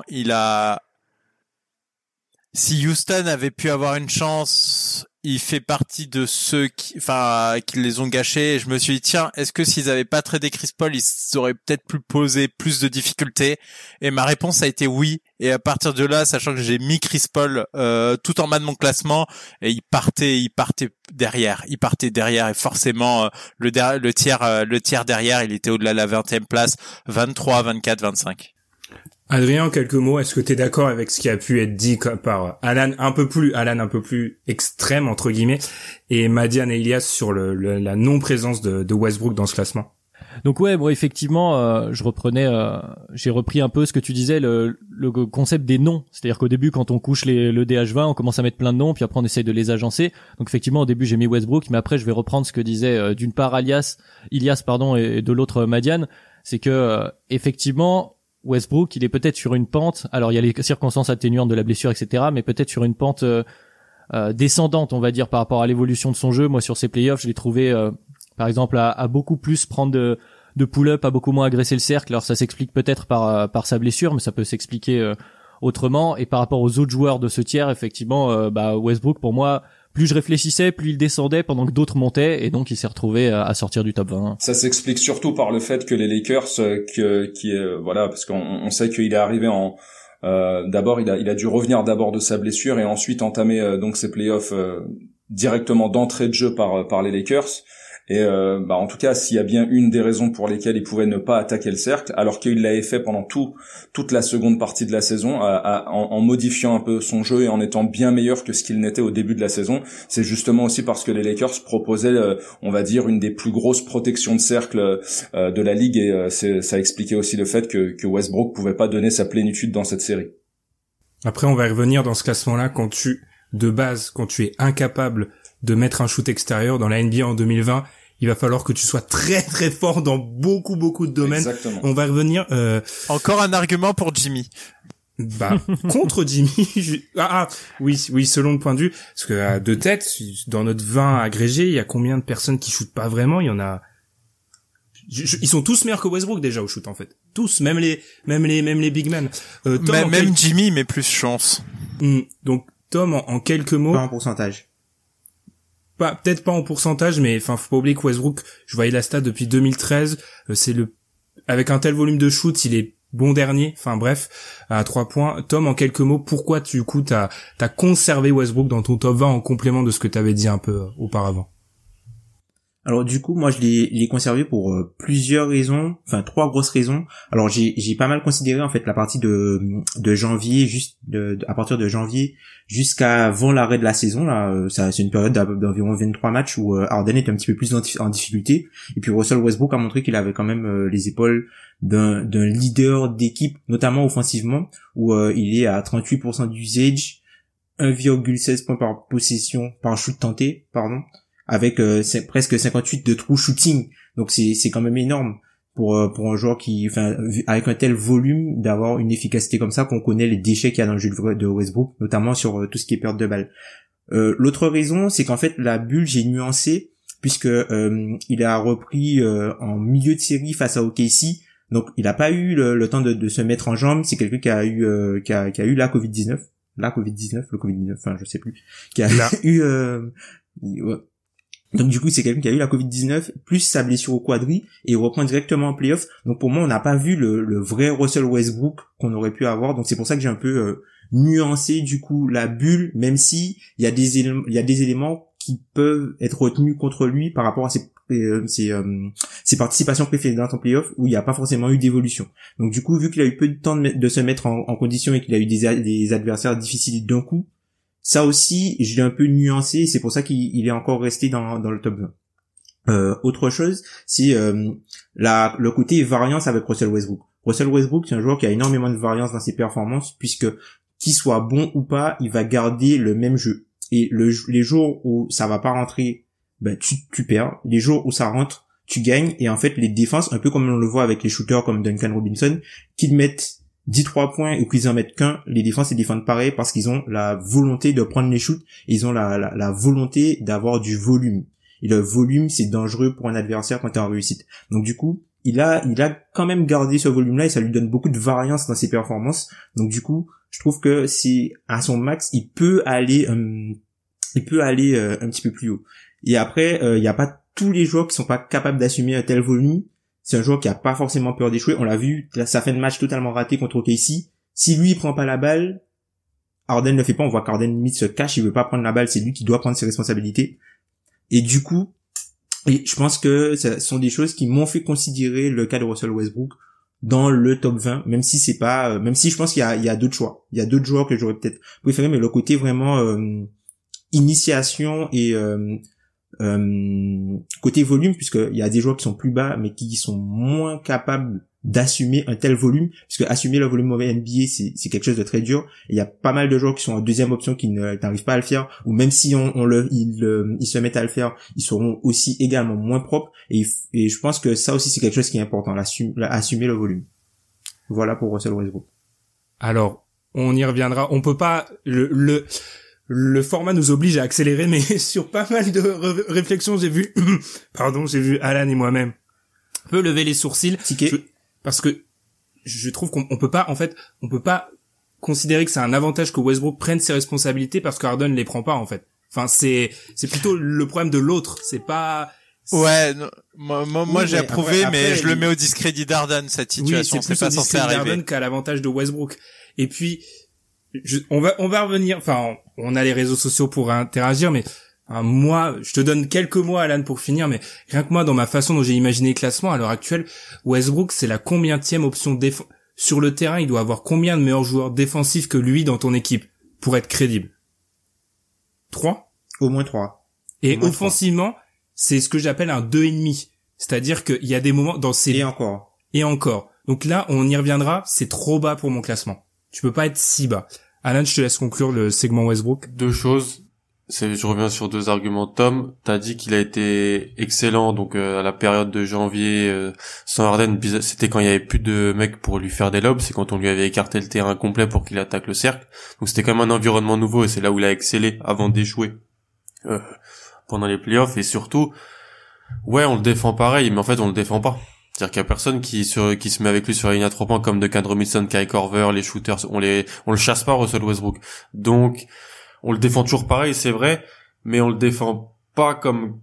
si Houston avait pu avoir une chance, il fait partie de ceux qui les ont gâchés. Et je me suis dit, tiens, est-ce que s'ils avaient pas tradé Chris Paul, ils auraient peut-être pu poser plus de difficultés? Et ma réponse a été oui. Et à partir de là, sachant que j'ai mis Chris Paul tout en bas de mon classement, et il partait derrière. Il partait derrière et forcément le tiers derrière, il était au-delà de la 20e place, 23, 24, 25. Adrien, en quelques mots, est-ce que tu es d'accord avec ce qui a pu être dit par Alan un peu plus extrême entre guillemets et Madiane et Elias sur la non-présence de Westbrook dans ce classement? Donc ouais, bon effectivement, j'ai repris un peu ce que tu disais, le concept des noms. C'est-à-dire qu'au début, quand on couche le DH20, on commence à mettre plein de noms, puis après on essaye de les agencer. Donc effectivement, au début j'ai mis Westbrook, mais après je vais reprendre ce que disait d'une part Ilias, et de l'autre Madiane, c'est que effectivement Westbrook, il est peut-être sur une pente. Alors il y a les circonstances atténuantes de la blessure, etc., mais peut-être sur une pente descendante, on va dire, par rapport à l'évolution de son jeu. Moi, sur ses playoffs, je l'ai trouvé, par exemple, à beaucoup plus prendre de pull-up, à beaucoup moins agresser le cercle. Alors ça s'explique peut-être par sa blessure, mais ça peut s'expliquer autrement. Et par rapport aux autres joueurs de ce tiers, effectivement, Westbrook, pour moi, plus je réfléchissais, plus il descendait pendant que d'autres montaient, et donc il s'est retrouvé à sortir du top 20. Ça s'explique surtout par le fait que les Lakers, voilà, parce qu'on sait qu'il est arrivé d'abord il a dû revenir d'abord de sa blessure et ensuite entamer donc ses playoffs directement d'entrée de jeu par les Lakers. Et en tout cas, s'il y a bien une des raisons pour lesquelles il pouvait ne pas attaquer le cercle, alors qu'il l'avait fait pendant toute la seconde partie de la saison, en modifiant un peu son jeu et en étant bien meilleur que ce qu'il n'était au début de la saison, c'est justement aussi parce que les Lakers proposaient, on va dire, une des plus grosses protections de cercle de la ligue, et ça expliquait aussi le fait que Westbrook pouvait pas donner sa plénitude dans cette série. Après, on va y revenir dans ce classement-là quand tu es incapable de mettre un shoot extérieur dans la NBA en 2020. Il va falloir que tu sois très très fort dans beaucoup de domaines. Exactement. On va revenir. Encore un argument pour Jimmy. Contre Jimmy. Oui, selon le point de vue, parce que de tête, dans notre 20 agrégé, il y a combien de personnes qui shootent pas vraiment? Il y en a. Ils sont tous meilleurs que Westbrook déjà au shoot en fait. Tous, même les big men. Même Jimmy, mais plus chance. Donc Tom, en quelques mots. Pas en pourcentage. Peut-être pas en pourcentage, mais faut pas oublier que Westbrook, je voyais la stat depuis 2013, avec un tel volume de shoot, il est bon dernier, à 3 points. Tom, en quelques mots, pourquoi t'as conservé Westbrook dans ton top 20 en complément de ce que t'avais dit un peu auparavant? Alors du coup, moi je l'ai conservé pour plusieurs raisons, 3 grosses raisons. Alors j'ai pas mal considéré en fait la partie de janvier, à partir de janvier jusqu'à avant l'arrêt de la saison là, c'est une période d'environ 23 matchs où Harden est un petit peu plus en difficulté, et puis Russell Westbrook a montré qu'il avait quand même les épaules d'un leader d'équipe, notamment offensivement, où il est à 38% d'usage, 1,16 points par possession par shoot tenté, avec presque 58 de true shooting. Donc c'est quand même énorme pour un joueur qui, avec un tel volume, d'avoir une efficacité comme ça, qu'on connaît les déchets qu'il y a dans le jeu de Westbrook, notamment sur tout ce qui est perte de balle. L'autre raison, c'est qu'en fait la bulle, j'ai nuancé, puisque il a repris en milieu de série face à OKC. Donc il a pas eu le temps de se mettre en jambes. C'est quelqu'un qui a eu la Covid-19, le Covid-19, je sais plus, qui a eu donc du coup c'est quelqu'un qui a eu la Covid-19 plus sa blessure au quadri, et il reprend directement en playoff. Donc pour moi on n'a pas vu le vrai Russell Westbrook qu'on aurait pu avoir. Donc c'est pour ça que j'ai un peu nuancé du coup la bulle, même si il y a des éléments qui peuvent être retenus contre lui par rapport à ses participations précédentes en playoff, où il n'y a pas forcément eu d'évolution. Donc du coup, vu qu'il a eu peu de temps de se mettre en condition, et qu'il a eu des adversaires difficiles d'un coup, ça aussi je l'ai un peu nuancé, et c'est pour ça qu'il est encore resté dans le top 20. Autre chose, c'est le côté variance avec Russell Westbrook. Russell Westbrook, c'est un joueur qui a énormément de variance dans ses performances, puisque qu'il soit bon ou pas, il va garder le même jeu. Et les jours où ça va pas rentrer, tu perds. Les jours où ça rentre, tu gagnes. Et en fait, les défenses, un peu comme on le voit avec les shooters comme Duncan Robinson, qu'ils mettent 10-3 points ou qu'ils en mettent qu'un, les défenses, ils défendent pareil, parce qu'ils ont la volonté de prendre les shoots, et ils ont la volonté d'avoir du volume. Et le volume, c'est dangereux pour un adversaire quand t'es en réussite. Donc du coup, il a quand même gardé ce volume-là, et ça lui donne beaucoup de variance dans ses performances. Donc du coup, je trouve que c'est à son max, il peut aller un petit peu plus haut. Et après, il y a pas tous les joueurs qui sont pas capables d'assumer un tel volume. C'est un joueur qui a pas forcément peur d'échouer. On l'a vu, sa fin de match totalement ratée contre OKC. Si lui il prend pas la balle, Harden ne le fait pas. On voit qu'Harden limite se cache, il veut pas prendre la balle. C'est lui qui doit prendre ses responsabilités. Et du coup, je pense que ce sont des choses qui m'ont fait considérer le cas de Russell Westbrook dans le top 20, même si c'est pas, même si je pense qu'il y a d'autres choix. Il y a d'autres joueurs que j'aurais peut-être préféré, mais le côté vraiment initiation et côté volume, puisque il y a des joueurs qui sont plus bas mais qui sont moins capables d'assumer un tel volume, puisque assumer le volume au NBA c'est quelque chose de très dur, et il y a pas mal de joueurs qui sont en deuxième option qui n'arrivent pas à le faire, ou même si ils se mettent à le faire, ils seront aussi également moins propres, et je pense que ça aussi c'est quelque chose qui est important, assumer le volume. Voilà pour Russell Westbrook. Alors on y reviendra, on peut pas le format nous oblige à accélérer, mais sur pas mal de réflexions, j'ai vu Alan et moi-même un peu lever les sourcils. Parce que je trouve qu'on peut pas considérer que c'est un avantage que Westbrook prenne ses responsabilités, parce que Harden les prend pas, en fait. Enfin, c'est plutôt le problème de l'autre. C'est pas... Ouais, moi j'ai approuvé, mais je le mets au discrédit d'Harden, cette situation. Oui, c'est pas censé arriver. Harden qu'à l'avantage de Westbrook. Et puis, on va revenir, enfin, on a les réseaux sociaux pour interagir, mais Moi, je te donne quelques mois, Alan, pour finir, mais rien que moi, dans ma façon dont j'ai imaginé le classement, à l'heure actuelle, Westbrook, c'est la combienième option sur le terrain, il doit avoir combien de meilleurs joueurs défensifs que lui dans ton équipe pour être crédible? 3? Au moins 3. Et offensivement, c'est ce que j'appelle un 2,5. C'est-à-dire qu'il y a des moments dans ces... Et encore. Donc là, on y reviendra, c'est trop bas pour mon classement. Tu peux pas être si bas. Alan, je te laisse conclure le segment Westbrook. 2 choses. Je reviens sur 2 arguments. Tom, t'as dit qu'il a été excellent, donc à la période de janvier sans Harden, c'était quand il y avait plus de mecs pour lui faire des lobes, c'est quand on lui avait écarté le terrain complet pour qu'il attaque le cercle. Donc c'était quand même un environnement nouveau et c'est là où il a excellé avant d'échouer pendant les playoffs. Et surtout, ouais, on le défend pareil, mais en fait on le défend pas. C'est-à-dire qu'il y a personne qui se met avec lui sur la ligne à 3 points comme DeAndre Robinson, Kyle Korver, les shooters, on le chasse pas, Russell Westbrook. Donc on le défend toujours pareil, c'est vrai, mais on le défend pas comme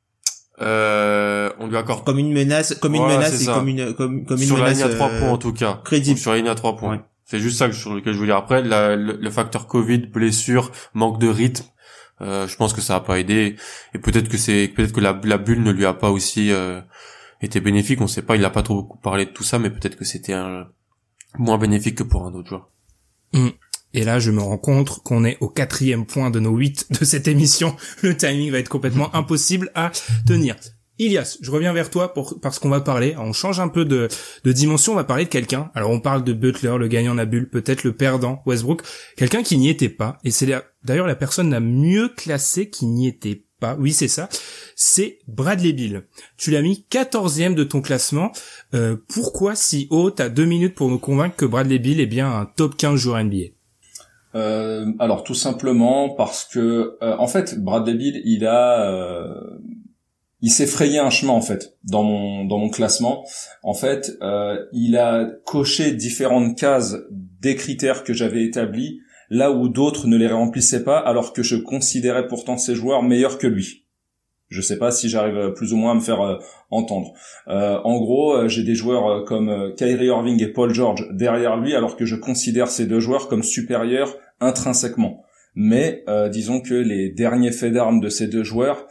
on lui accorde comme une menace, comme une menace et comme une sur menace la ligne à 3 points en tout cas, crédible. Sur la ligne à 3 points. Ouais. C'est juste ça sur lequel je voulais dire. Après le facteur Covid, blessure, manque de rythme, je pense que ça a pas aidé et peut-être que la bulle ne lui a pas aussi été bénéfique, on sait pas, il a pas trop beaucoup parlé de tout ça, mais peut-être que c'était moins bénéfique que pour un autre joueur. Et là, je me rends compte qu'on est au 4e point de nos 8 de cette émission. Le timing va être complètement impossible à tenir. Ilias, je reviens vers toi parce qu'on va parler. On change un peu de dimension. On va parler de quelqu'un. Alors, on parle de Butler, le gagnant la bulle, peut-être le perdant Westbrook. Quelqu'un qui n'y était pas. Et c'est d'ailleurs la personne la mieux classée qui n'y était pas. Oui, c'est ça. C'est Bradley Beal. Tu l'as mis 14e de ton classement. Pourquoi si haut? T'as 2 minutes pour nous convaincre que Bradley Beal est bien un top 15 joueur NBA. Alors tout simplement parce que en fait Bradley Beal il s'est frayé un chemin en fait dans mon classement. En fait, il a coché différentes cases des critères que j'avais établis là où d'autres ne les remplissaient pas, alors que je considérais pourtant ces joueurs meilleurs que lui. Je sais pas si j'arrive plus ou moins à me faire entendre. En gros, j'ai des joueurs comme Kyrie Irving et Paul George derrière lui, alors que je considère ces 2 joueurs comme supérieurs intrinsèquement. Mais disons que les derniers faits d'armes de ces 2 joueurs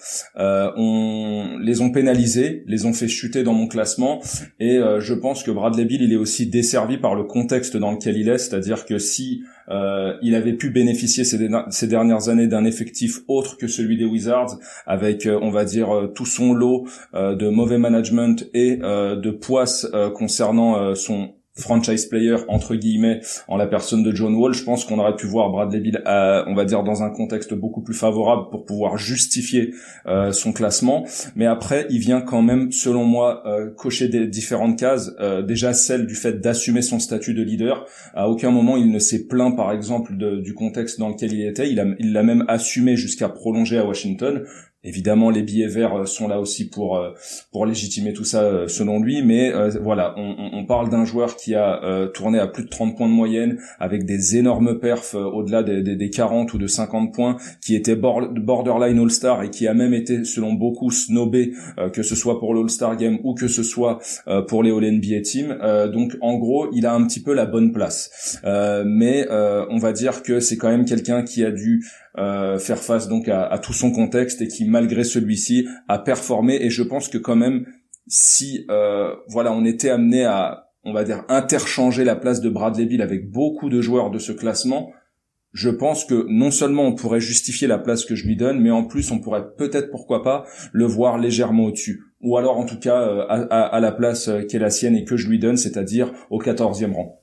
les ont pénalisés, les ont fait chuter dans mon classement, et je pense que Bradley Beal il est aussi desservi par le contexte dans lequel il est, c'est-à-dire que si il avait pu bénéficier ces dernières années d'un effectif autre que celui des Wizards, avec on va dire tout son lot de mauvais management et de poisse concernant son franchise player entre guillemets en la personne de John Wall, je pense qu'on aurait pu voir Bradley Beal on va dire dans un contexte beaucoup plus favorable pour pouvoir justifier son classement. Mais après il vient quand même selon moi cocher des différentes cases, déjà celle du fait d'assumer son statut de leader. À aucun moment il ne s'est plaint par exemple du contexte dans lequel il était, il l'a même assumé jusqu'à prolonger à Washington. Évidemment, les billets verts sont là aussi pour légitimer tout ça selon lui, mais voilà, on parle d'un joueur qui a tourné à plus de 30 points de moyenne, avec des énormes perfs au-delà des 40 ou de 50 points, qui était borderline All-Star et qui a même été, selon beaucoup, snobé, que ce soit pour l'All-Star Game ou que ce soit pour les All-NBA Team. Donc, en gros, il a un petit peu la bonne place. Mais on va dire que c'est quand même quelqu'un qui a dû faire face donc à tout son contexte et qui malgré celui-ci a performé. Et je pense que quand même si voilà on était amené à on va dire interchanger la place de Bradley Beal avec beaucoup de joueurs de ce classement, je pense que non seulement on pourrait justifier la place que je lui donne, mais en plus on pourrait peut-être pourquoi pas le voir légèrement au-dessus, ou alors en tout cas à la place qui est la sienne et que je lui donne, c'est-à-dire au 14e rang.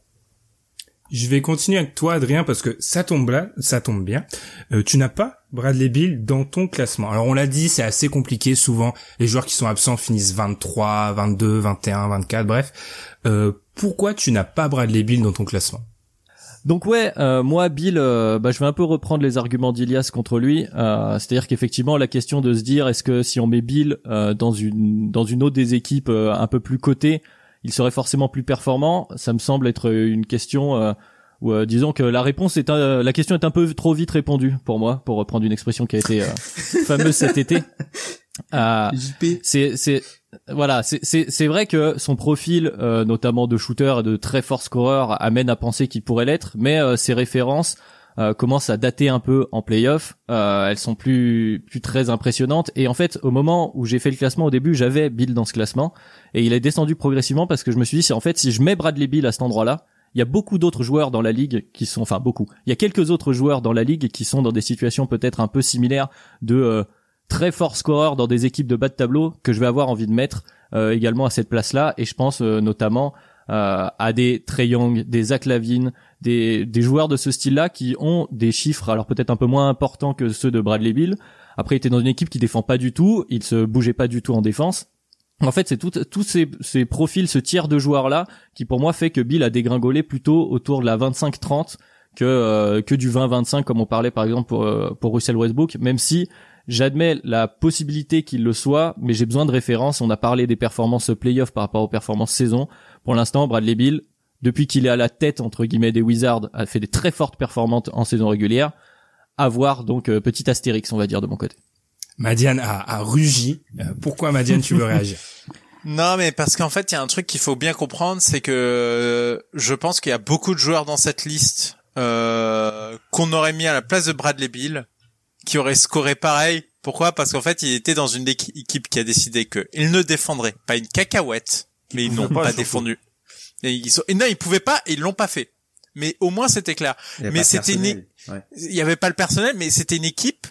Je vais continuer avec toi, Adrien, parce que ça tombe bien. Tu n'as pas Bradley Beal dans ton classement. Alors, on l'a dit, c'est assez compliqué. Souvent, les joueurs qui sont absents finissent 23, 22, 21, 24, bref. Pourquoi tu n'as pas Bradley Beal dans ton classement? Donc ouais, moi Beal, je vais un peu reprendre les arguments d'Ilias contre lui. C'est-à-dire qu'effectivement, la question de se dire, est-ce que si on met Beal dans une autre des équipes un peu plus cotée, il serait forcément plus performant, ça me semble être une question où disons que la question est un peu trop vite répondue pour moi, pour reprendre une expression qui a été fameuse cet été. C'est vrai que son profil notamment de shooter et de très fort scoreur amène à penser qu'il pourrait l'être, mais ses références commencent à dater un peu en play-off. Elles sont plus très impressionnantes. Et en fait, au moment où j'ai fait le classement, au début, j'avais Beal dans ce classement et il est descendu progressivement parce que je me suis dit, si je mets Bradley Beal à cet endroit-là, il y a beaucoup d'autres joueurs dans la ligue qui sont, enfin beaucoup. Il y a quelques autres joueurs dans la ligue qui sont dans des situations peut-être un peu similaires de très forts scoreurs dans des équipes de bas de tableau que je vais avoir envie de mettre également à cette place-là. Et je pense notamment à des Trae Young, des Zach LaVine, des joueurs de ce style-là qui ont des chiffres alors peut-être un peu moins importants que ceux de Bradley Beal. Après, il était dans une équipe qui défend pas du tout, il se bougeait pas du tout en défense. En fait, c'est tous ces profils, ce tiers de joueurs-là qui pour moi fait que Beal a dégringolé plutôt autour de la 25-30 que du 20-25 comme on parlait par exemple pour Russell Westbrook, même si j'admets la possibilité qu'il le soit, mais j'ai besoin de références. On a parlé des performances play-off par rapport aux performances saison. Pour l'instant, Bradley Beal, depuis qu'il est à la tête entre guillemets des Wizards, a fait des très fortes performances en saison régulière. À voir, donc petit astérix, on va dire de mon côté. Madiane a rugi. Pourquoi, Madiane, tu veux réagir? Non, mais parce qu'en fait, il y a un truc qu'il faut bien comprendre, c'est que je pense qu'il y a beaucoup de joueurs dans cette liste qu'on aurait mis à la place de Bradley Beal, qui auraient scoré pareil. Pourquoi? Parce qu'en fait, il était dans une équipe qui a décidé qu'il ne défendrait pas une cacahuète, mais ils n'ont pas défendu. Et non, ils pouvaient pas, et ils l'ont pas fait. Mais au moins, c'était clair. Mais c'était il y avait pas le personnel, mais c'était une équipe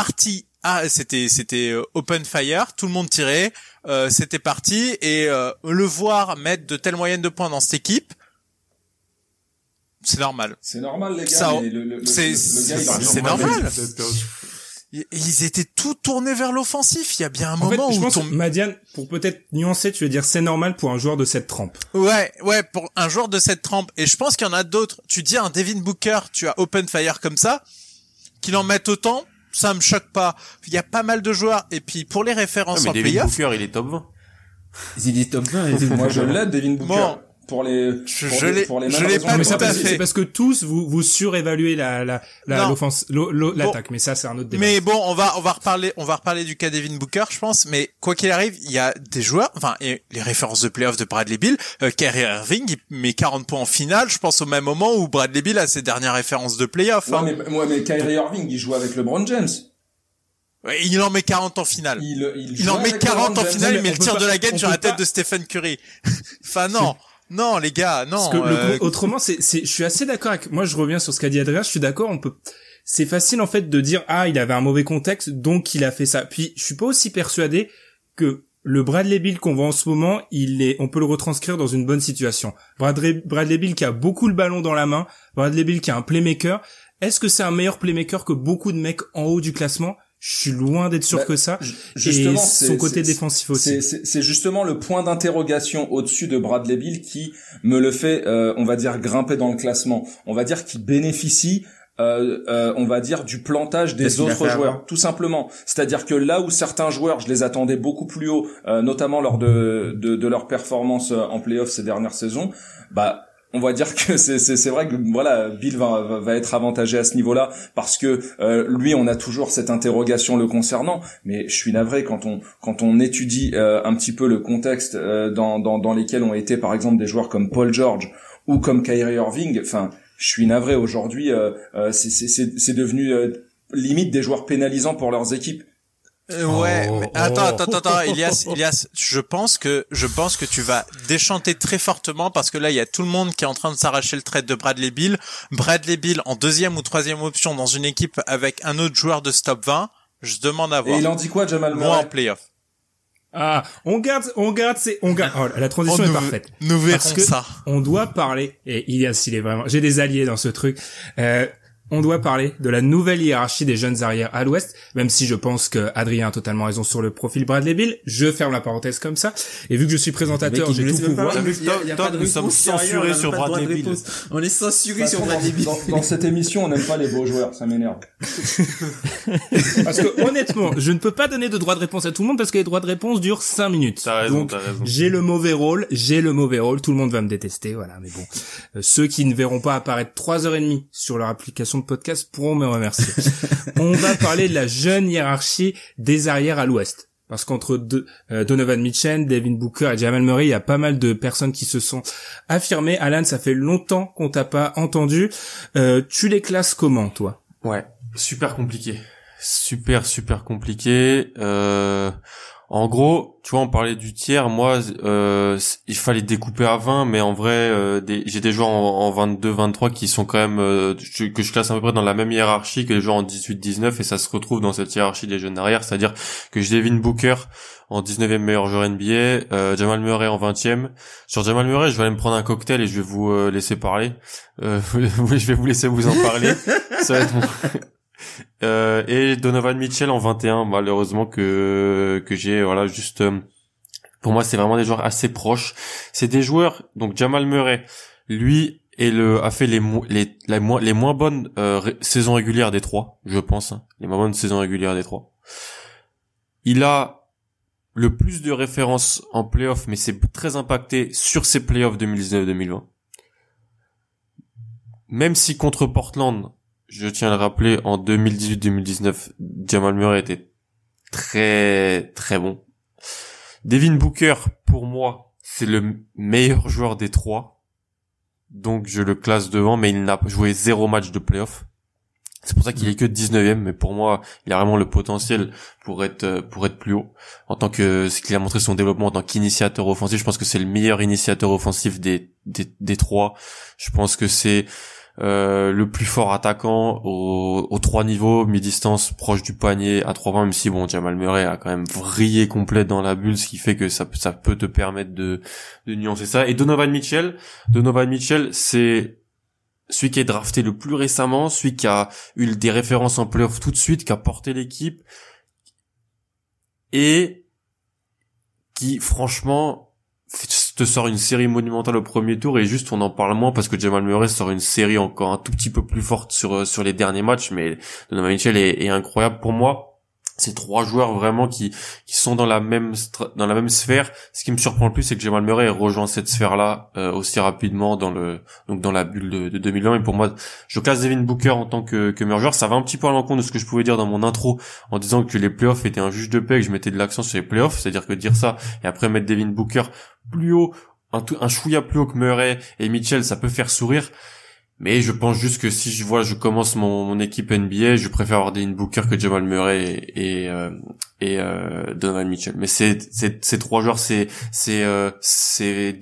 c'était open fire, tout le monde tirait, c'était parti, et le voir mettre de telles moyennes de points dans cette équipe, c'est normal. C'est normal, les gars. C'est normal. Ils étaient tout tournés vers l'offensif. Il y a bien un moment où je pense que Madiane, pour peut-être nuancer, tu veux dire c'est normal pour un joueur de cette trempe. Ouais, pour un joueur de cette trempe. Et je pense qu'il y en a d'autres. Tu dis un Devin Booker, tu as open fire comme ça, qu'il en mette autant. Ça me choque pas. Il y a pas mal de joueurs. Et puis, pour les références en playoff. Devin Booker, il est top 20. Il est top 20. Moi, je l'aide, Devin Booker. Bon. Pour les je l'ai pas tout à fait. C'est parce que tous vous surévaluez l'offense, l'attaque. Mais ça, c'est un autre débat. Mais bon, on va reparler du cas Devin Booker, je pense. Mais quoi qu'il arrive, il y a des joueurs, et les références de playoff de Bradley Beal, Kyrie Irving, il met 40 points en finale, je pense au même moment où Bradley Beal a ses dernières références de playoff. Mais Kyrie Irving, il joue avec LeBron James. Il en met 40 en finale. Il en met 40 en finale, il met le tir de la gaine sur la tête de Stephen Curry. Enfin, non. Non, les gars, non. Parce que autrement, je suis assez d'accord avec, moi, je reviens sur ce qu'a dit Adrien, je suis d'accord, c'est facile, en fait, de dire, il avait un mauvais contexte, donc il a fait ça. Puis, je suis pas aussi persuadé que le Bradley Beal qu'on voit en ce moment, on peut le retranscrire dans une bonne situation. Bradley Beal qui a beaucoup le ballon dans la main, Bradley Beal qui a un playmaker. Est-ce que c'est un meilleur playmaker que beaucoup de mecs en haut du classement? Je suis loin d'être sûr que ça. Justement, et son côté défensif aussi. C'est justement le point d'interrogation au-dessus de Bradley Beal qui me le fait, on va dire, grimper dans le classement. On va dire qu'il bénéficie, on va dire, du plantage des autres joueurs, tout simplement. C'est-à-dire que là où certains joueurs, je les attendais beaucoup plus haut, notamment lors de leur performance en play-off ces dernières saisons, on va dire que c'est vrai que voilà, Bill va être avantagé à ce niveau-là parce que lui, on a toujours cette interrogation le concernant, mais je suis navré quand on étudie un petit peu le contexte dans lesquels ont été par exemple des joueurs comme Paul George ou comme Kyrie Irving. Enfin, je suis navré aujourd'hui, c'est devenu limite des joueurs pénalisants pour leurs équipes. Mais attends, Ilias, je pense que tu vas déchanter très fortement parce que là, il y a tout le monde qui est en train de s'arracher le trade de Bradley Beal. Bradley Beal en deuxième ou troisième option dans une équipe avec un autre joueur de top 20. Je demande à voir. Et il en dit quoi, Jamal Murray? Moi en playoff. On garde, la transition est parfaite. Nous verrons ça. On doit parler, et Ilias, j'ai des alliés dans ce truc, on doit parler de la nouvelle hiérarchie des jeunes arrières à l'Ouest, même si je pense que Adrien a totalement raison sur le profil Bradley Beal. Je ferme la parenthèse comme ça. Et vu que je suis présentateur, j'ai tout pouvoir. Nous sommes censurés sur Bradley Beal. On est censurés sur Bradley Beal. Dans cette émission, on n'aime pas les beaux joueurs, ça m'énerve. Parce que honnêtement, je ne peux pas donner de droit de réponse à tout le monde parce que les droits de réponse durent 5 minutes. T'as raison. J'ai le mauvais rôle, tout le monde va me détester, voilà, mais bon. Ceux qui ne verront pas apparaître 3h30 sur leur application de podcast pourront me remercier. On va parler de la jeune hiérarchie des arrières à l'Ouest. Parce qu'entre Donovan Mitchell, Devin Booker et Jamal Murray, il y a pas mal de personnes qui se sont affirmées. Alan, ça fait longtemps qu'on t'a pas entendu. Tu les classes comment, toi? Ouais, super compliqué. Super compliqué. En gros, tu vois, on parlait du tiers. Moi, il fallait découper à 20, mais en vrai, j'ai des joueurs en 22, 23 qui sont quand même que je classe à peu près dans la même hiérarchie que les joueurs en 18, 19, et ça se retrouve dans cette hiérarchie des jeunes arrière, c'est-à-dire que j'ai Devin Booker en 19e meilleur joueur NBA, Jamal Murray en 20e. Sur Jamal Murray, je vais aller me prendre un cocktail et je vais vous laisser parler. Je vais vous laisser vous en parler. Ça va être bon. Et Donovan Mitchell en 21, malheureusement que j'ai, voilà, juste pour moi c'est vraiment des joueurs assez proches. C'est des joueurs, donc Jamal Murray, lui a fait les moins bonnes saisons régulières des trois, je pense, hein, les moins bonnes saisons régulières des trois. Il a le plus de références en playoff, mais c'est très impacté sur ses playoffs 2019-2020. Même si contre Portland, je tiens à le rappeler, en 2018-2019, Jamal Murray était très très bon. Devin Booker, pour moi, c'est le meilleur joueur des trois. Donc je le classe devant, mais il n'a joué 0 match de playoff. C'est pour ça qu'il est que 19e, mais pour moi, il a vraiment le potentiel pour être plus haut. En tant que, ce qu'il a montré son développement en tant qu'initiateur offensif, je pense que c'est le meilleur initiateur offensif des trois. Je pense que c'est le plus fort attaquant aux trois niveaux, mi-distance, proche du panier, à 3 points, même si bon, Jamal Murray a quand même vrillé complet dans la bulle, ce qui fait que ça peut te permettre de nuancer ça. Et Donovan Mitchell, c'est celui qui est drafté le plus récemment, celui qui a eu des références en playoff tout de suite, qui a porté l'équipe, et qui, franchement, te sort une série monumentale au premier tour, et juste on en parle moins parce que Jamal Murray sort une série encore un tout petit peu plus forte sur les derniers matchs, mais Donovan Mitchell est incroyable pour moi. Ces trois joueurs vraiment qui sont dans la même sphère. Ce qui me surprend le plus, c'est que Jamal Murray rejoint cette sphère-là aussi rapidement dans la bulle de 2020. Et pour moi, je classe Devin Booker en tant que meilleur joueur. Ça va un petit peu à l'encontre de ce que je pouvais dire dans mon intro en disant que les playoffs étaient un juge de paix, que je mettais de l'accent sur les playoffs, c'est-à-dire que dire ça et après mettre Devin Booker plus haut, un chouïa plus haut que Murray et Mitchell, ça peut faire sourire. Mais je pense juste que si je commence mon équipe NBA, je préfère avoir Devin Booker que Jamal Murray et Donovan Mitchell. Mais ces trois joueurs, c'est 19A,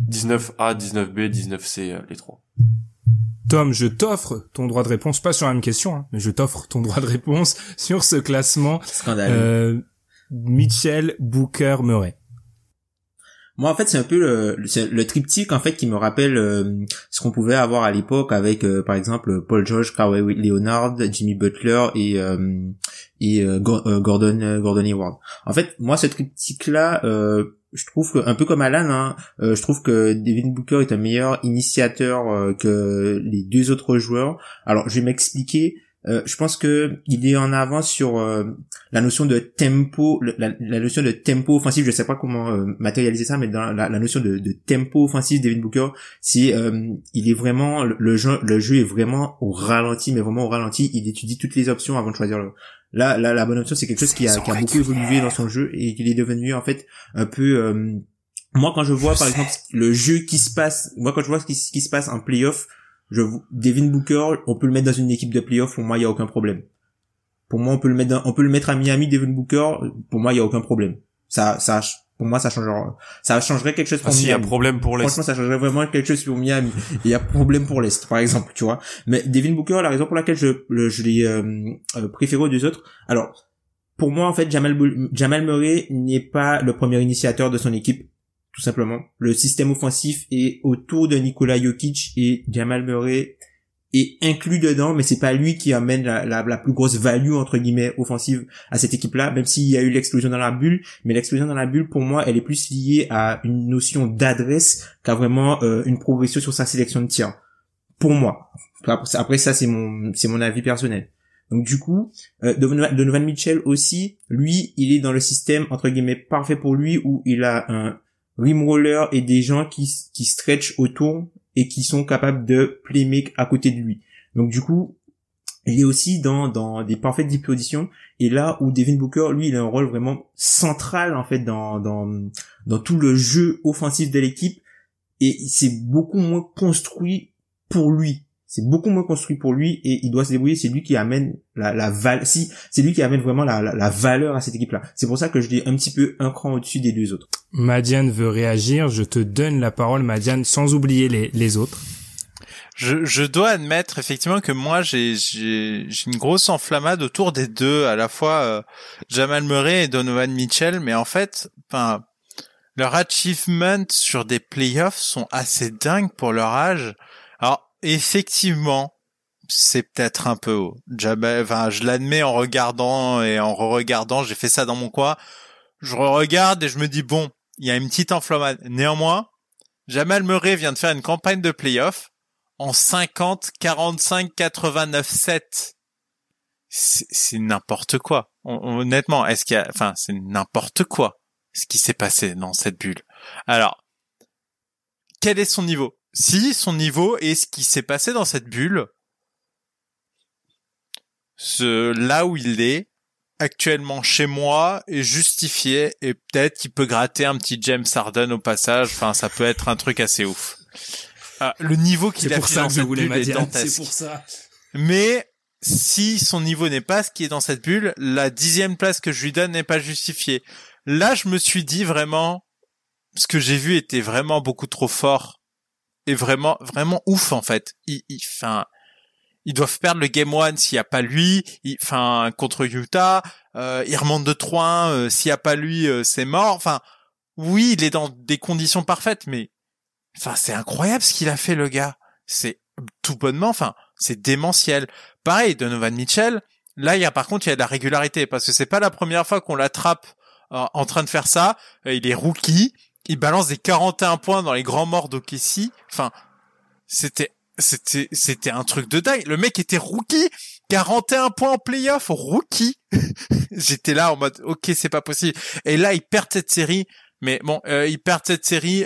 19B, 19C, les trois. Tom, je t'offre ton droit de réponse, pas sur la même question, hein, mais je t'offre ton droit de réponse sur ce classement. Scandaleux. Mitchell, Booker, Murray. Moi, en fait, c'est un peu le triptyque, en fait, qui me rappelle ce qu'on pouvait avoir à l'époque avec, par exemple, Paul George, Kawhi Leonard, Jimmy Butler et Gordon Hayward. En fait, moi, ce triptyque-là, je trouve que, un peu comme Alan, hein, je trouve que Devin Booker est un meilleur initiateur que les deux autres joueurs. Alors, je vais m'expliquer. Je pense que il est en avance sur la notion de tempo, la notion de tempo offensif. Je sais pas comment matérialiser ça, mais dans la notion de tempo offensif, Devin Booker, c'est il est vraiment le jeu est vraiment au ralenti, mais vraiment au ralenti. Il étudie toutes les options avant de choisir la bonne option. C'est quelque chose qui a beaucoup évolué dans son jeu et qu'il est devenu en fait un peu. Moi, quand je vois par exemple le jeu qui se passe, quand je vois ce qui se passe en playoff. Devin Booker, on peut le mettre dans une équipe de playoff, pour moi, il y a aucun problème. Pour moi, on peut le mettre à Miami, Devin Booker, pour moi, il y a aucun problème. Pour moi, ça changerait quelque chose pour Miami. Il y a problème pour l'Est. Franchement, ça changerait vraiment quelque chose pour Miami. Il y a problème pour l'Est, par exemple, tu vois. Mais Devin Booker, la raison pour laquelle je l'ai préféré aux deux autres. Alors, pour moi, en fait, Jamal Murray n'est pas le premier initiateur de son équipe. Tout simplement. Le système offensif est autour de Nikola Jokic et Jamal Murray est inclus dedans, mais c'est pas lui qui amène la plus grosse value, entre guillemets, offensive à cette équipe-là, même s'il y a eu l'explosion dans la bulle. Mais l'explosion dans la bulle, pour moi, elle est plus liée à une notion d'adresse qu'à vraiment une progression sur sa sélection de tirs. Pour moi. Après ça, c'est mon avis personnel. Donc du coup, Donovan Mitchell aussi, lui, il est dans le système, entre guillemets, parfait pour lui, où il a un rim roller et des gens qui stretch autour et qui sont capables de playmaker à côté de lui. Donc du coup, il est aussi dans des parfaites dispositions, et là où Devin Booker, lui, il a un rôle vraiment central en fait dans tout le jeu offensif de l'équipe, et c'est beaucoup moins construit pour lui. C'est beaucoup moins construit pour lui, et il doit se débrouiller. C'est lui qui amène c'est lui qui amène vraiment la valeur à cette équipe-là. C'est pour ça que je dis un petit peu un cran au-dessus des deux autres. Madiane veut réagir, je te donne la parole, Madiane, sans oublier les autres. Je dois admettre effectivement que moi j'ai une grosse enflammade autour des deux, à la fois Jamal Murray et Donovan Mitchell, mais en fait, enfin, leurs achievements sur des playoffs sont assez dingues pour leur âge. Alors effectivement, c'est peut-être un peu haut. Je l'admets en regardant et en re-regardant, j'ai fait ça dans mon coin. Je regarde et je me dis bon, il y a une petite enflammade. Néanmoins, Jamal Murray vient de faire une campagne de playoffs en 50, 45, 89, 7. C'est n'importe quoi. Honnêtement, c'est n'importe quoi ce qui s'est passé dans cette bulle. Alors, quel est son niveau? Si son niveau est ce qui s'est passé dans cette bulle, là où il est actuellement chez moi est justifié, et peut-être qu'il peut gratter un petit James Harden au passage. Enfin, ça peut être un truc assez ouf. Le niveau qu'il a fait dans cette bulle est dantesque. C'est pour ça. Mais si son niveau n'est pas ce qui est dans cette bulle, la 10e place que je lui donne n'est pas justifiée. Là, je me suis dit vraiment, ce que j'ai vu était vraiment beaucoup trop fort et vraiment, vraiment ouf en fait. Ils doivent perdre le game 1 s'il n'y a pas lui. Contre Utah, ils remontent de 3-1. S'il n'y a pas lui, c'est mort. Enfin, oui, il est dans des conditions parfaites, mais c'est incroyable ce qu'il a fait, le gars. C'est tout bonnement, c'est démentiel. Pareil, Donovan Mitchell, là, il y a de la régularité, parce que c'est pas la première fois qu'on l'attrape en train de faire ça. Il est rookie, il balance des 41 points dans les grands morts d'OKC. C'était un truc de dingue. Le mec était rookie, 41 points en playoff, rookie. J'étais là en mode, ok, c'est pas possible. Et là, ils perdent cette série. Mais bon, ils perdent cette série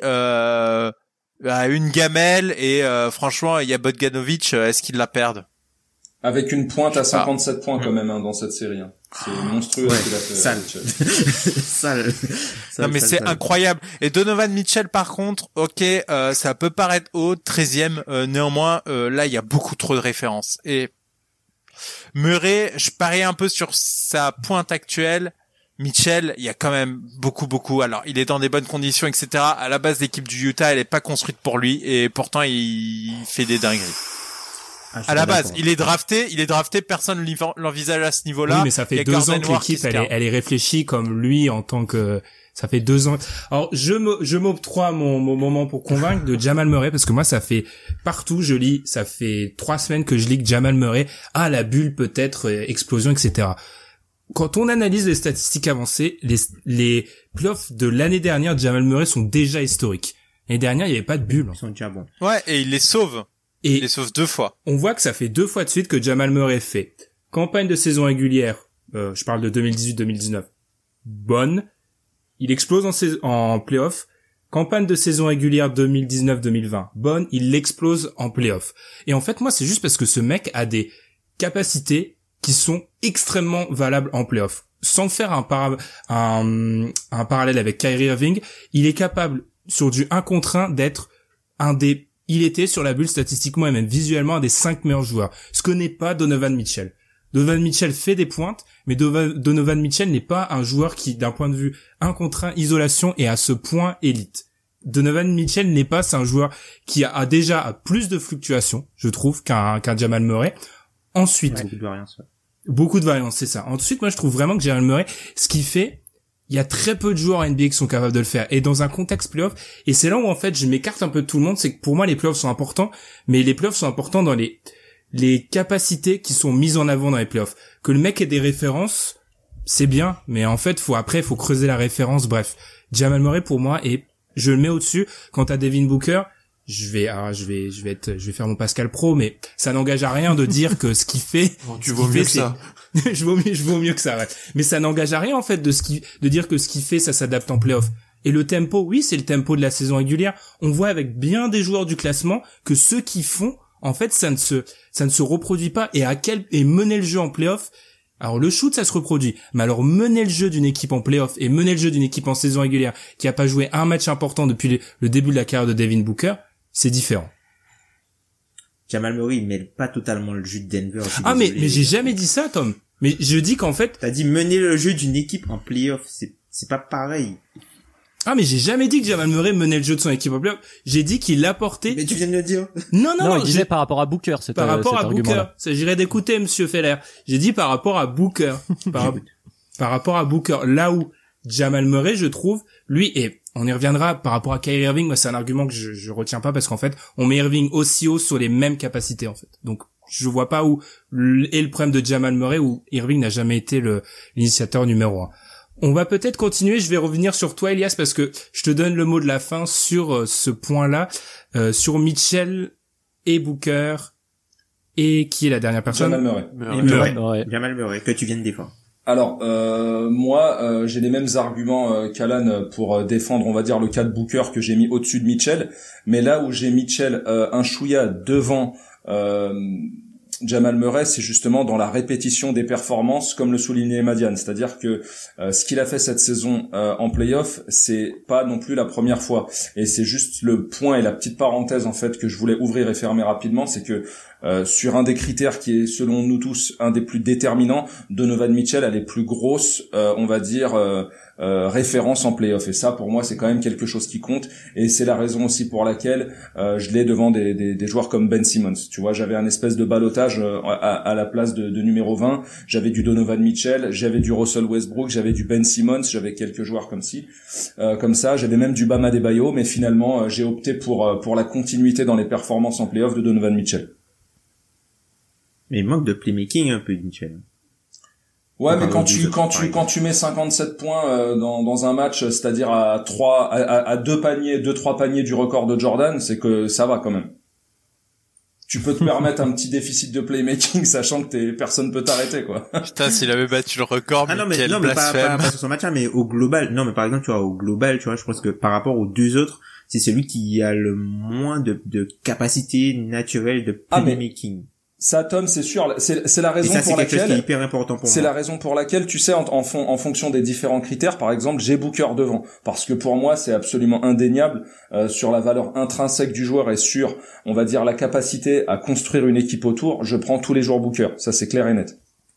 à une gamelle, et franchement, il y a Bogdanovic, est-ce qu'ils la perdent? Avec une pointe à 57 points quand même dans cette série. C'est monstrueux ce qu'il a fait. Sale. Non mais c'est incroyable. Et Donovan Mitchell par contre, ok, ça peut paraître haut, 13e, néanmoins là il y a beaucoup trop de références. Et Murray, je parie un peu sur sa pointe actuelle. Mitchell, il y a quand même beaucoup. Alors, il est dans des bonnes conditions, etc. À la base, l'équipe du Utah, elle est pas construite pour lui, et pourtant, il fait des dingueries. À la base, il est drafté, personne l'envisage à ce niveau-là. Oui, mais ça fait 2 ans que l'équipe, elle est réfléchie comme lui en tant que, ça fait 2 ans. Alors, je m'octroie mon moment pour convaincre de Jamal Murray, parce que moi, ça fait partout, ça fait 3 semaines que je lis que Jamal Murray, la bulle peut-être, explosion, etc. Quand on analyse les statistiques avancées, les playoffs de l'année dernière de Jamal Murray sont déjà historiques. L'année dernière, il n'y avait pas de bulle. Ils sont déjà bons. Ouais, et il les sauve. Il les sauve 2 fois. On voit que ça fait 2 fois de suite que Jamal Murray fait campagne de saison régulière, je parle de 2018-2019, bonne. Il explose en playoff. Campagne de saison régulière 2019-2020, bonne. Il l'explose en playoff. Et en fait, moi, c'est juste parce que ce mec a des capacités qui sont extrêmement valables en playoff. Sans faire un parallèle avec Kyrie Irving, il est capable, sur du 1 contre 1, d'être il était sur la bulle statistiquement et même visuellement un des 5 meilleurs joueurs. Ce que n'est pas Donovan Mitchell. Donovan Mitchell fait des pointes, mais Donovan Mitchell n'est pas un joueur qui, d'un point de vue 1 contre 1, isolation, est à ce point élite. Donovan Mitchell n'est pas, c'est un joueur qui a déjà plus de fluctuations, je trouve, qu'un Jamal Murray. Ensuite, beaucoup de variance, c'est ça. Ensuite, moi, je trouve vraiment que Jamal Murray, ce qu'il fait, il y a très peu de joueurs en NBA qui sont capables de le faire. Et dans un contexte playoff, et c'est là où, en fait, je m'écarte un peu de tout le monde, c'est que pour moi, les playoffs sont importants, mais les playoffs sont importants dans les capacités qui sont mises en avant dans les playoffs. Que le mec ait des références, c'est bien, mais en fait, faut creuser la référence, bref. Jamal Murray, pour moi, je le mets au-dessus. Quant à Devin Booker, je vais faire mon Pascal Pro, mais ça n'engage à rien de dire que ce qu'il fait, tu vaux mieux que ça. je vaux mieux que ça, ouais. Mais ça n'engage à rien, en fait, de dire que ce qu'il fait, ça s'adapte en playoff. Et le tempo, oui, c'est le tempo de la saison régulière. On voit avec bien des joueurs du classement que ceux qui font, en fait, ça ne se reproduit pas. Et mener le jeu en playoff, alors le shoot, ça se reproduit. Mais alors mener le jeu d'une équipe en playoff et mener le jeu d'une équipe en saison régulière qui a pas joué un match important depuis le début de la carrière de Devin Booker, c'est différent. Jamal Murray, il mêle pas totalement le jeu de Denver. Mais j'ai jamais dit ça, Tom. Mais je dis qu'en fait... T'as dit mener le jeu d'une équipe en playoff, c'est pas pareil. Ah, mais j'ai jamais dit que Jamal Murray menait le jeu de son équipe en playoff. J'ai dit qu'il apportait... Mais tu viens de le dire. Non, il disait par rapport à Booker, par rapport à Booker. S'agirait d'écouter Monsieur Feller. J'ai dit par rapport à Booker. Par rapport à Booker. Là où Jamal Murray, je trouve, lui, et on y reviendra par rapport à Kyrie Irving, moi c'est un argument que je retiens pas parce qu'en fait, on met Irving aussi haut sur les mêmes capacités, en fait. Donc, je vois pas où est le problème de Jamal Murray où Irving n'a jamais été l'initiateur numéro 1. On va peut-être continuer, je vais revenir sur toi Elias parce que je te donne le mot de la fin sur ce point-là, sur Mitchell et Booker et qui est la dernière personne? Jamal Murray. Jamal Murray, que tu viens de défendre. Alors, moi, j'ai les mêmes arguments qu'Alan pour défendre, on va dire, le cas de Booker que j'ai mis au-dessus de Mitchell, mais là où j'ai Mitchell un chouïa devant Jamal Murray, c'est justement dans la répétition des performances, comme le soulignait Madiane. C'est-à-dire que ce qu'il a fait cette saison en play-off, c'est pas non plus la première fois. Et c'est juste le point et la petite parenthèse en fait que je voulais ouvrir et fermer rapidement, c'est que sur un des critères qui est selon nous tous un des plus déterminants, Donovan Mitchell a les plus grosses, on va dire, références en play-off. Et ça, pour moi, c'est quand même quelque chose qui compte. Et c'est la raison aussi pour laquelle je l'ai devant des joueurs comme Ben Simmons. Tu vois, j'avais un espèce de ballottage à la place de numéro 20. J'avais du Donovan Mitchell, j'avais du Russell Westbrook, j'avais du Ben Simmons, j'avais quelques joueurs comme ça. J'avais même du Bam Adebayo, mais finalement, j'ai opté pour la continuité dans les performances en play-off de Donovan Mitchell. Mais il manque de playmaking un peu, Mitchell. Ouais, mais quand tu mets 57 points dans un match, c'est-à-dire à 2-3 paniers du record de Jordan, c'est que ça va quand même. Tu peux te permettre un petit déficit de playmaking, sachant que personne peut t'arrêter, quoi. Putain, s'il avait battu le record, mais pas sur son match, mais au global. Non, mais par exemple, tu vois, au global, tu vois, je pense que par rapport aux deux autres, c'est celui qui a le moins de capacité naturelle de playmaking. Ça, Tom, c'est sûr, c'est la raison pour laquelle c'est hyper important pour moi. C'est la raison pour laquelle, tu sais, en fonction des différents critères, par exemple, j'ai Booker devant, parce que pour moi, c'est absolument indéniable sur la valeur intrinsèque du joueur et sur, on va dire, la capacité à construire une équipe autour. Je prends tous les jours Booker, ça c'est clair et net.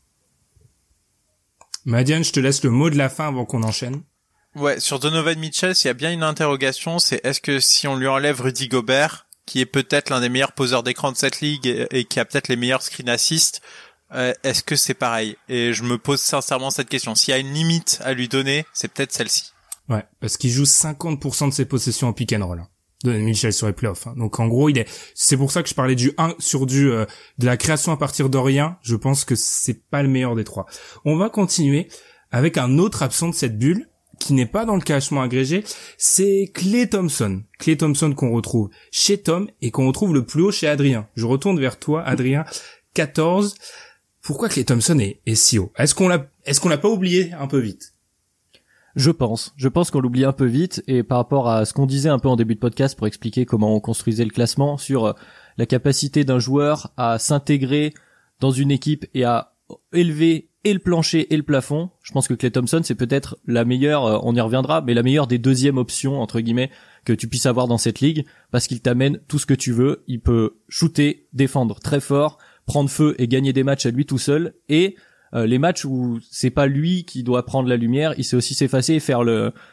Madiane, je te laisse le mot de la fin avant qu'on enchaîne. Ouais, sur Donovan Mitchell, s'il y a bien une interrogation, c'est est-ce que si on lui enlève Rudy Gobert, qui est peut-être l'un des meilleurs poseurs d'écran de cette ligue et qui a peut-être les meilleurs screen assists, est-ce que c'est pareil? Et je me pose sincèrement cette question. S'il y a une limite à lui donner, c'est peut-être celle-ci. Ouais, parce qu'il joue 50% de ses possessions en pick and roll. Donovan Mitchell sur les playoffs. Donc en gros, c'est pour ça que je parlais du 1 sur de la création à partir de rien. Je pense que c'est pas le meilleur des trois. On va continuer avec un autre absent de cette bulle, qui n'est pas dans le classement agrégé, c'est Klay Thompson. Klay Thompson qu'on retrouve chez Tom et qu'on retrouve le plus haut chez Adrien. Je retourne vers toi, Adrien. 14. Pourquoi Klay Thompson est si haut? Est-ce qu'on l'a pas oublié un peu vite? Je pense qu'on l'oublie un peu vite, et par rapport à ce qu'on disait un peu en début de podcast pour expliquer comment on construisait le classement sur la capacité d'un joueur à s'intégrer dans une équipe et à élever et le plancher et le plafond, je pense que Klay Thompson c'est peut-être la meilleure, on y reviendra, mais la meilleure des deuxièmes options entre guillemets que tu puisses avoir dans cette ligue, parce qu'il t'amène tout ce que tu veux. Il peut shooter, défendre très fort, prendre feu et gagner des matchs à lui tout seul, et les matchs où c'est pas lui qui doit prendre la lumière, il sait aussi s'effacer et faire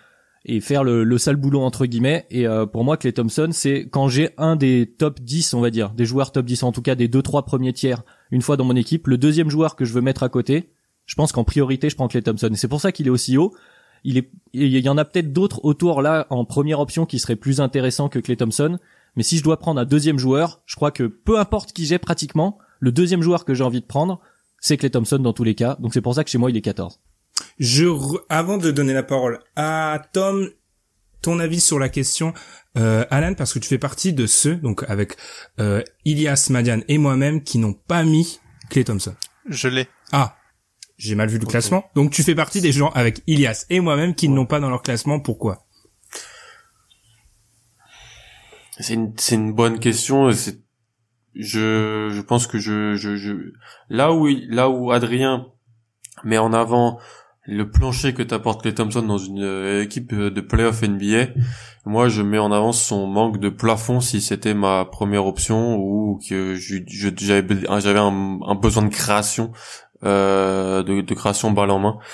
le sale boulot entre guillemets. Et pour moi Klay Thompson, c'est quand j'ai un des top 10, on va dire, des joueurs top 10, en tout cas des 2-3 premiers tiers une fois dans mon équipe, le deuxième joueur que je veux mettre à côté, je pense qu'en priorité je prends Klay Thompson, et c'est pour ça qu'il est aussi haut. Il y en a peut-être d'autres autour là en première option qui seraient plus intéressants que Klay Thompson, mais si je dois prendre un deuxième joueur, je crois que peu importe qui j'ai pratiquement, le deuxième joueur que j'ai envie de prendre, c'est Klay Thompson dans tous les cas. Donc c'est pour ça que chez moi il est 14. Avant de donner la parole à Tom, ton avis sur la question, Alan, parce que tu fais partie de ceux, donc avec Ilias, Madiane et moi-même, qui n'ont pas mis Klay Thompson. Je l'ai. Ah, j'ai mal vu le classement. Donc tu fais partie des gens avec Ilias et moi-même qui ne l'ont pas dans leur classement. Pourquoi? C'est une bonne question. je pense que là où Adrien met en avant le plancher que t'apporte Klay Thompson dans une équipe de playoff NBA, moi je mets en avant son manque de plafond si c'était ma première option, ou que j'avais un besoin de création, de création balle en main,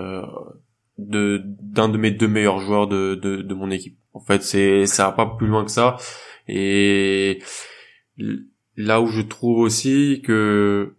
d'un de mes deux meilleurs joueurs de mon équipe. En fait, ça va pas plus loin que ça. Et là où je trouve aussi que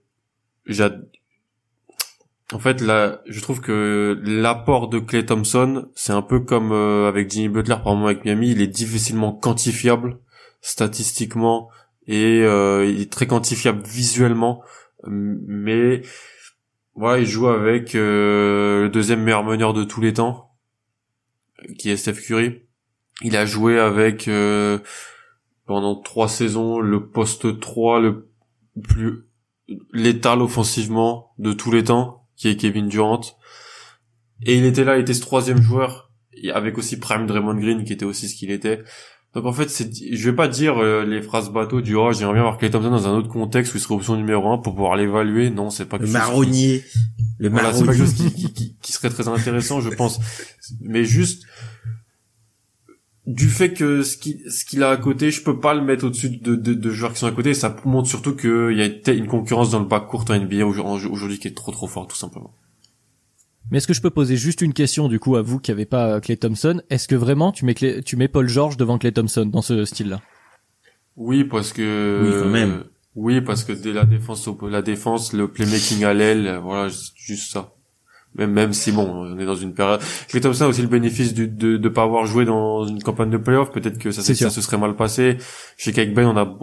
en fait, là, je trouve que l'apport de Klay Thompson, c'est un peu comme avec Jimmy Butler, par exemple avec Miami, il est difficilement quantifiable statistiquement, et il est très quantifiable visuellement, mais voilà, il joue avec le deuxième meilleur meneur de tous les temps, qui est Steph Curry. Il a joué avec pendant 3 saisons le poste 3 le plus létal offensivement de tous les temps, qui est Kevin Durant. Et il était ce 3e joueur, avec aussi Prime Draymond Green, qui était aussi ce qu'il était. Donc en fait, je vais pas dire les phrases bateau du j'aimerais bien voir Klay Thompson dans un autre contexte où il serait option numéro 1 pour pouvoir l'évaluer. Non, c'est pas quelque chose c'est pas quelque chose qui serait très intéressant, je pense. Mais juste, du fait que ce qu'il a à côté, je peux pas le mettre au-dessus de joueurs qui sont à côté. Et ça montre surtout qu'il y a une concurrence dans le backcourt en NBA aujourd'hui qui est trop forte, tout simplement. Mais est-ce que je peux poser juste une question du coup à vous qui avez pas Klay Thompson? Est-ce que vraiment tu mets Paul George devant Klay Thompson dans ce style-là? Oui, parce que oui, quand même. Oui, parce que dès la défense, le playmaking à l'aile, voilà, juste ça. Même si bon, on est dans une période. Klay Thompson a aussi le bénéfice de pas avoir joué dans une campagne de playoff. Peut-être que ça se serait mal passé. Je sais qu'avec Ben,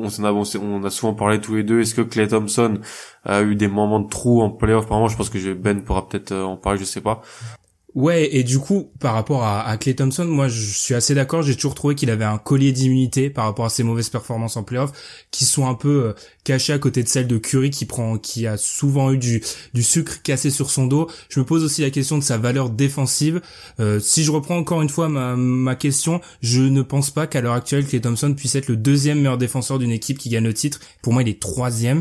on a souvent parlé tous les deux. Est-ce que Klay Thompson a eu des moments de trou en playoff? Apparemment, je pense que Ben pourra peut-être en parler, je sais pas. Ouais, et du coup, par rapport à Klay Thompson, moi, je suis assez d'accord. J'ai toujours trouvé qu'il avait un collier d'immunité par rapport à ses mauvaises performances en playoff, qui sont un peu cachées à côté de celles de Curry, qui a souvent eu du sucre cassé sur son dos. Je me pose aussi la question de sa valeur défensive. Si je reprends encore une fois ma question, je ne pense pas qu'à l'heure actuelle, Klay Thompson puisse être le 2e meilleur défenseur d'une équipe qui gagne le titre. Pour moi, il est 3e.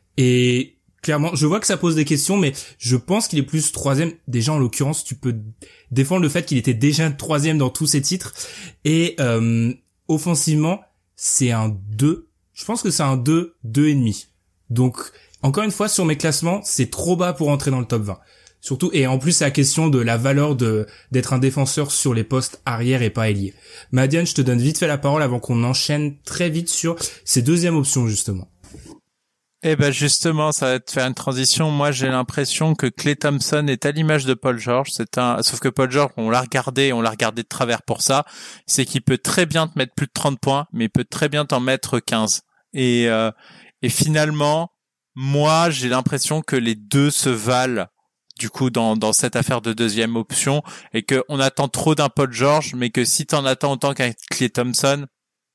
Et clairement, je vois que ça pose des questions, mais je pense qu'il est plus 3e. Déjà, en l'occurrence, tu peux défendre le fait qu'il était déjà 3e dans tous ses titres. Et offensivement, c'est un 2. Je pense que c'est un 2,5. Donc, encore une fois, sur mes classements, c'est trop bas pour entrer dans le top 20. Surtout, et en plus, c'est la question de la valeur d'être un défenseur sur les postes arrière et pas ailier. Madiane, je te donne vite fait la parole avant qu'on enchaîne très vite sur ces 2e options, justement. Eh ben justement, ça va te faire une transition. Moi, j'ai l'impression que Klay Thompson est à l'image de Paul George. Sauf que Paul George, on l'a regardé de travers pour ça. C'est qu'il peut très bien te mettre plus de 30 points, mais il peut très bien t'en mettre 15. Et finalement, moi, j'ai l'impression que les deux se valent du coup dans cette affaire de 2e option, et que on attend trop d'un Paul George, mais que si t'en attends autant qu'un Klay Thompson,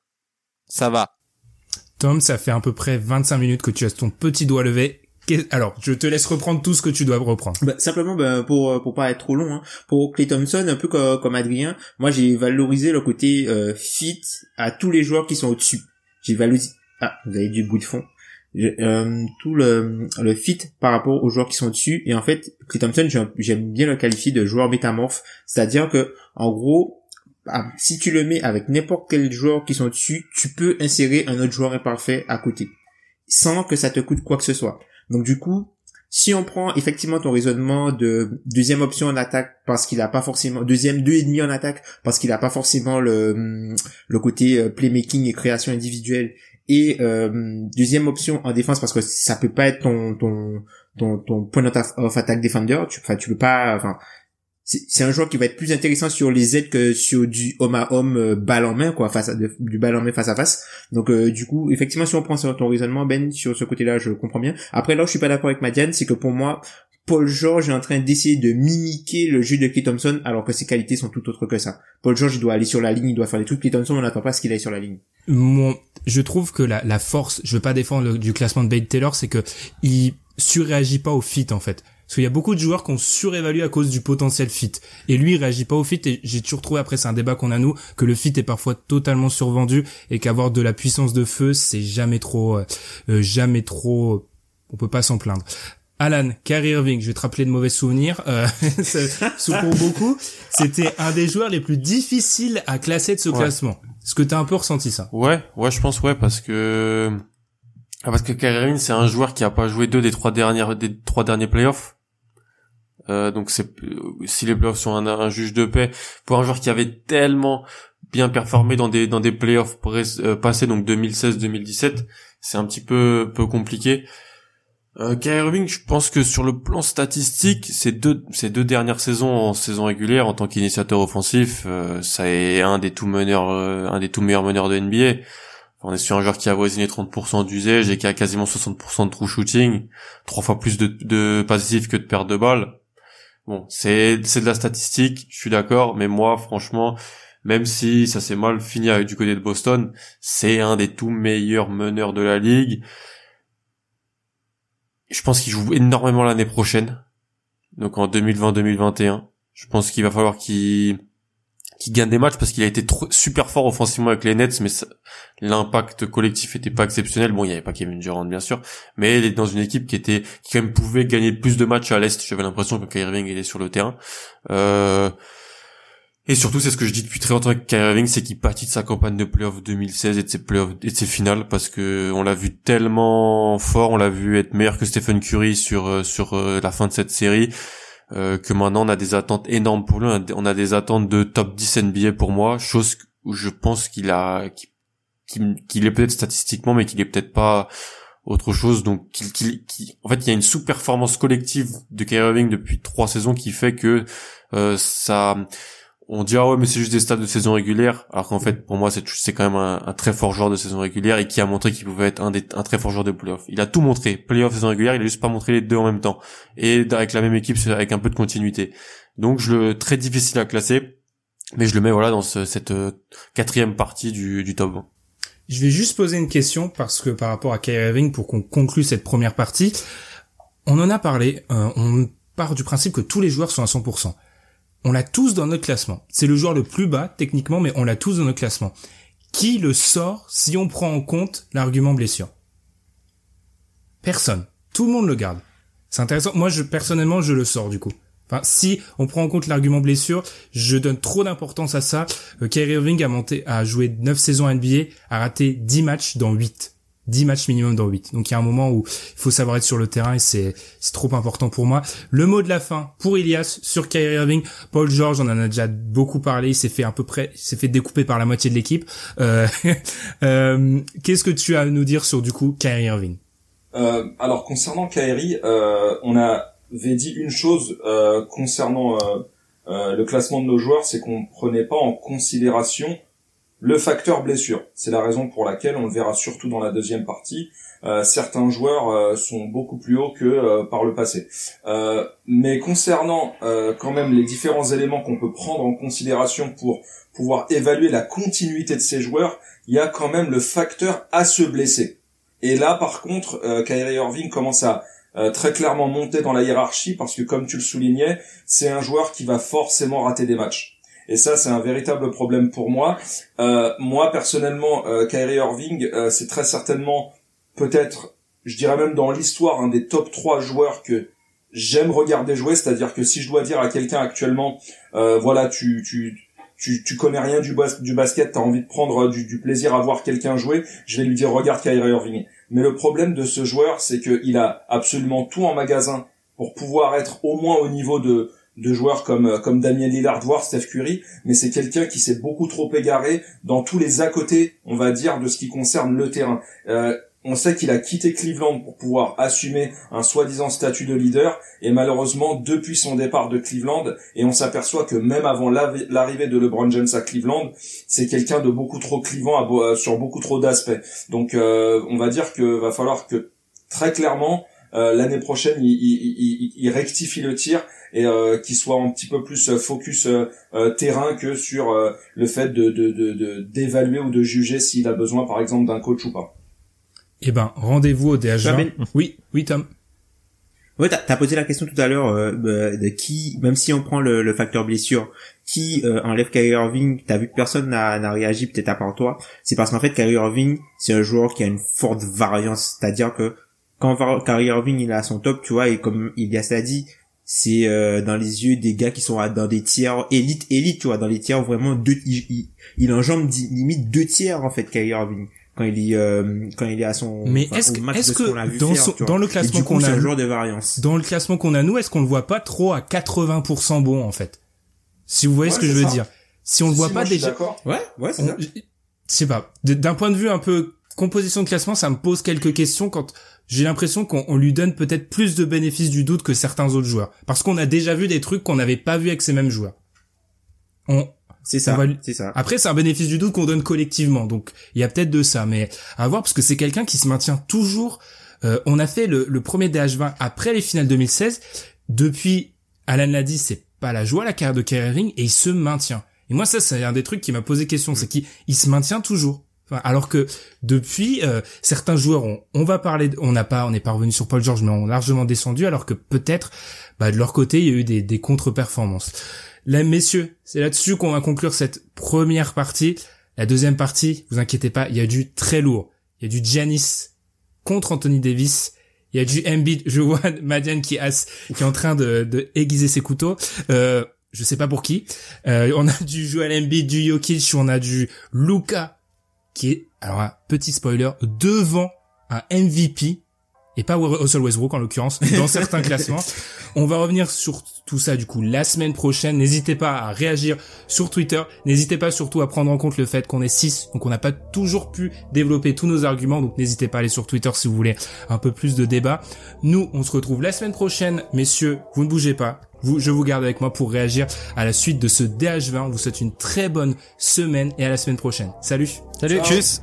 ça va. Tom, ça fait à peu près 25 minutes que tu as ton petit doigt levé. Alors, je te laisse reprendre tout ce que tu dois reprendre. Simplement, pour pas être trop long, hein, pour Klay Thompson, un peu comme Adrien, moi j'ai valorisé le côté fit à tous les joueurs qui sont au-dessus. J'ai valorisé. Ah, vous avez du bruit de fond. Tout le fit par rapport aux joueurs qui sont au-dessus. Et en fait, Klay Thompson, j'aime bien le qualifier de joueur métamorphe, c'est-à-dire que en gros, si tu le mets avec n'importe quel joueur qui sont dessus, tu peux insérer un autre joueur imparfait à côté, sans que ça te coûte quoi que ce soit. Donc du coup, si on prend effectivement ton raisonnement de 2e option en attaque parce qu'il a pas forcément, 2,5 en attaque parce qu'il a pas forcément le côté playmaking et création individuelle, et 2e option en défense parce que ça peut pas être ton point of attack defender, tu peux pas, enfin, c'est un joueur qui va être plus intéressant sur les aides que sur du homme à homme, balle en main, quoi, du balle en main face à face. Donc du coup, effectivement, si on prend ton raisonnement, Ben, sur ce côté-là, je comprends bien. Après, là où je suis pas d'accord avec Madiane, c'est que pour moi, Paul George est en train d'essayer de mimiquer le jeu de Klay Thompson, alors que ses qualités sont tout autres que ça. Paul George, il doit aller sur la ligne, il doit faire des trucs. Klay Thompson, on n'attend pas à ce qu'il aille sur la ligne. Je trouve que la force, je veux pas défendre du classement de Ben Taylor, c'est que il surréagit pas au fit, en fait. Parce qu'il y a beaucoup de joueurs qu'on surévalue à cause du potentiel fit. Et lui, il réagit pas au fit. Et j'ai toujours trouvé, après, c'est un débat qu'on a nous, que le fit est parfois totalement survendu et qu'avoir de la puissance de feu, c'est jamais trop, on peut pas s'en plaindre. Alan, Kyrie Irving, je vais te rappeler de mauvais souvenirs, pour beaucoup, c'était un des joueurs les plus difficiles à classer de ce classement. Est-ce que t'as un peu ressenti ça? Ouais, je pense, parce que Kyrie Irving, c'est un joueur qui a pas joué 2 des 3 derniers playoffs. Donc si les playoffs sont un juge de paix, pour un joueur qui avait tellement bien performé dans des playoffs passés, donc 2016-2017, c'est un petit peu compliqué. Kyrie Irving, je pense que sur le plan statistique, ces deux dernières saisons en saison régulière en tant qu'initiateur offensif, ça est un des tout meilleurs meneurs de NBA. On est sur un joueur qui a avoisiné 30% d'usage et qui a quasiment 60% de true shooting, 3 fois plus de passifs que de pertes de balles. Bon, c'est de la statistique, je suis d'accord, mais moi, franchement, même si ça s'est mal fini du côté de Boston, c'est un des tout meilleurs meneurs de la ligue. Je pense qu'il joue énormément l'année prochaine, donc en 2020-2021. Je pense qu'il va falloir qu'il gagne des matchs parce qu'il a été super fort offensivement avec les Nets, mais l'impact collectif était pas exceptionnel. Bon, il y avait pas Kevin Durant bien sûr, mais il est dans une équipe qui quand même pouvait gagner plus de matchs à l'Est. J'avais l'impression que Kyrie Irving était sur le terrain. Et surtout, c'est ce que je dis depuis très longtemps avec Kyrie Irving, c'est qu'il pâtit de sa campagne de playoff 2016 et de ses playoffs et de ses finales, parce que on l'a vu tellement fort, on l'a vu être meilleur que Stephen Curry sur la fin de cette série, que maintenant on a des attentes énormes pour lui, on a des attentes de top 10 NBA pour moi, chose où je pense qu'il est peut-être statistiquement, mais qu'il est peut-être pas autre chose. Donc en fait, il y a une sous-performance collective de Kyrie Irving depuis 3 saisons qui fait que on dit mais c'est juste des stats de saison régulière, alors qu'en fait pour moi c'est quand même un très fort joueur de saison régulière et qui a montré qu'il pouvait être un très fort joueur de playoff. Il a tout montré, playoff, saison régulière, il a juste pas montré les deux en même temps et avec la même équipe avec un peu de continuité. Donc très difficile à classer, mais je le mets dans cette 4e partie du top 20. Je vais juste poser une question parce que par rapport à Kyrie Irving, pour qu'on conclue cette première partie, on en a parlé, on part du principe que tous les joueurs sont à 100%. On l'a tous dans notre classement. C'est le joueur le plus bas, techniquement, mais on l'a tous dans notre classement. Qui le sort si on prend en compte l'argument blessure? Personne. Tout le monde le garde. C'est intéressant. Moi, personnellement, je le sors, du coup. Enfin, si on prend en compte l'argument blessure, je donne trop d'importance à ça. Kyrie Irving a joué 9 saisons à NBA, a raté 10 matchs dans 8. 10 matchs minimum dans 8. Donc il y a un moment où il faut savoir être sur le terrain et c'est trop important pour moi. Le mot de la fin pour Ilias sur Kyrie Irving. Paul George, on en a déjà beaucoup parlé, il s'est fait découper par la moitié de l'équipe. Qu'est-ce que tu as à nous dire sur du coup Kyrie Irving? Alors concernant Kyrie, on avait dit une chose concernant le classement de nos joueurs, c'est qu'on prenait pas en considération le facteur blessure. C'est la raison pour laquelle, on le verra surtout dans la deuxième partie, certains joueurs sont beaucoup plus hauts que par le passé. Mais concernant quand même les différents éléments qu'on peut prendre en considération pour pouvoir évaluer la continuité de ces joueurs, il y a quand même le facteur à se blesser. Et là, par contre, Kyrie Irving commence à très clairement monter dans la hiérarchie parce que, comme tu le soulignais, c'est un joueur qui va forcément rater des matchs. Et ça, c'est un véritable problème pour moi. Moi, personnellement, Kyrie Irving, c'est très certainement, peut-être, je dirais même dans l'histoire, un des top 3 joueurs que j'aime regarder jouer. C'est-à-dire que si je dois dire à quelqu'un actuellement, voilà, tu connais rien du basket, t'as envie de prendre du plaisir à voir quelqu'un jouer, je vais lui dire regarde Kyrie Irving. Mais le problème de ce joueur, c'est qu'il a absolument tout en magasin pour pouvoir être au moins au niveau de joueurs comme Damian Lillard, voire Steph Curry, mais c'est quelqu'un qui s'est beaucoup trop égaré dans tous les à côté, on va dire, de ce qui concerne le terrain. On sait qu'il a quitté Cleveland pour pouvoir assumer un soi-disant statut de leader, et malheureusement, depuis son départ de Cleveland, et on s'aperçoit que même avant l'arrivée de LeBron James à Cleveland, c'est quelqu'un de beaucoup trop clivant sur beaucoup trop d'aspects. Donc, on va dire que va falloir que, très clairement, l'année prochaine, il rectifie le tir et qu'il soit un petit peu plus focus terrain que sur le fait d'évaluer ou de juger s'il a besoin, par exemple, d'un coach ou pas. Eh ben, rendez-vous au DH20. Oui, Tom. Ouais, t'as posé la question tout à l'heure de qui, même si on prend le facteur blessure, qui enlève Kyrie Irving. T'as vu que personne n'a réagi, peut-être à part toi. C'est parce qu'en fait Kyrie Irving, c'est un joueur qui a une forte variance, c'est-à-dire que quand Kyrie Irving il est à son top, tu vois, et comme Ilias l'a dit, c'est dans les yeux des gars qui sont dans des tiers élite, tu vois, dans les tiers vraiment il enjambe limite 2 tiers en fait Kyrie Irving quand il est à son mais au est-ce max de ce qu'on a vu dans faire, dans le classement et du coup, qu'on c'est a un joueur de variance. Dans le classement qu'on a nous, est-ce qu'on le voit pas trop à 80% bon en fait? Si vous voyez ce que je veux dire. Si on le voit pas déjà. Ouais, c'est ça. Je sais pas. D'un point de vue un peu composition de classement, ça me pose quelques questions quand j'ai l'impression qu'on lui donne peut-être plus de bénéfices du doute que certains autres joueurs. Parce qu'on a déjà vu des trucs qu'on n'avait pas vu avec ces mêmes joueurs. C'est ça. Après, c'est un bénéfice du doute qu'on donne collectivement. Donc, il y a peut-être de ça. Mais à voir, parce que c'est quelqu'un qui se maintient toujours. On a fait le premier DH20 après les finales 2016. Depuis, Alan l'a dit, c'est pas la joie, la carrière de Kyrie Irving, et il se maintient. Et moi, ça, c'est un des trucs qui m'a posé question. C'est qu'il se maintient toujours. Alors que depuis, certains joueurs on va parler, on n'est pas revenu sur Paul George, mais ont largement descendu, alors que peut-être, de leur côté, il y a eu des contre-performances. Là, messieurs, c'est là-dessus qu'on va conclure cette première partie. La deuxième partie, vous inquiétez pas, il y a du très lourd. Il y a du Giannis contre Anthony Davis. Il y a du Embiid. Je vois Madiane qui est en train de aiguiser ses couteaux. Je sais pas pour qui. On a du Joel Embiid, du Jokic, on a du Luka, qui est, alors un petit spoiler, devant un MVP, et pas Russell Westbrook en l'occurrence, dans certains classements. On va revenir sur tout ça du coup la semaine prochaine. N'hésitez pas à réagir sur Twitter. N'hésitez pas surtout à prendre en compte le fait qu'on est 6, donc on n'a pas toujours pu développer tous nos arguments. Donc n'hésitez pas à aller sur Twitter si vous voulez un peu plus de débat. Nous, on se retrouve la semaine prochaine. Messieurs, vous ne bougez pas. Je vous garde avec moi pour réagir à la suite de ce DH20. On vous souhaite une très bonne semaine et à la semaine prochaine. Salut. Tchuss.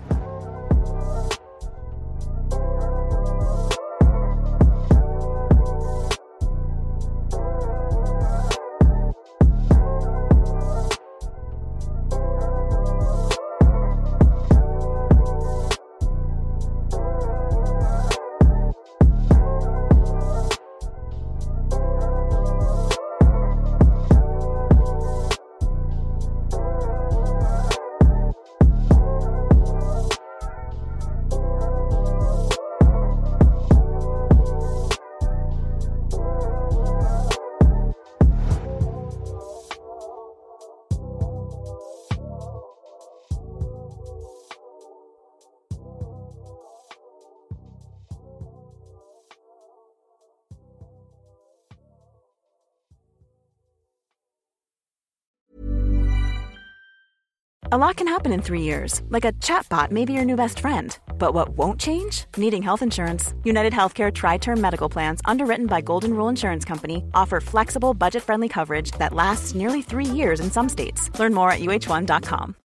A lot can happen in 3 years, like a chatbot may be your new best friend. But what won't change? Needing health insurance. United Healthcare Tri-Term Medical Plans, underwritten by Golden Rule Insurance Company, offer flexible, budget-friendly coverage that lasts nearly 3 years in some states. Learn more at uh1.com.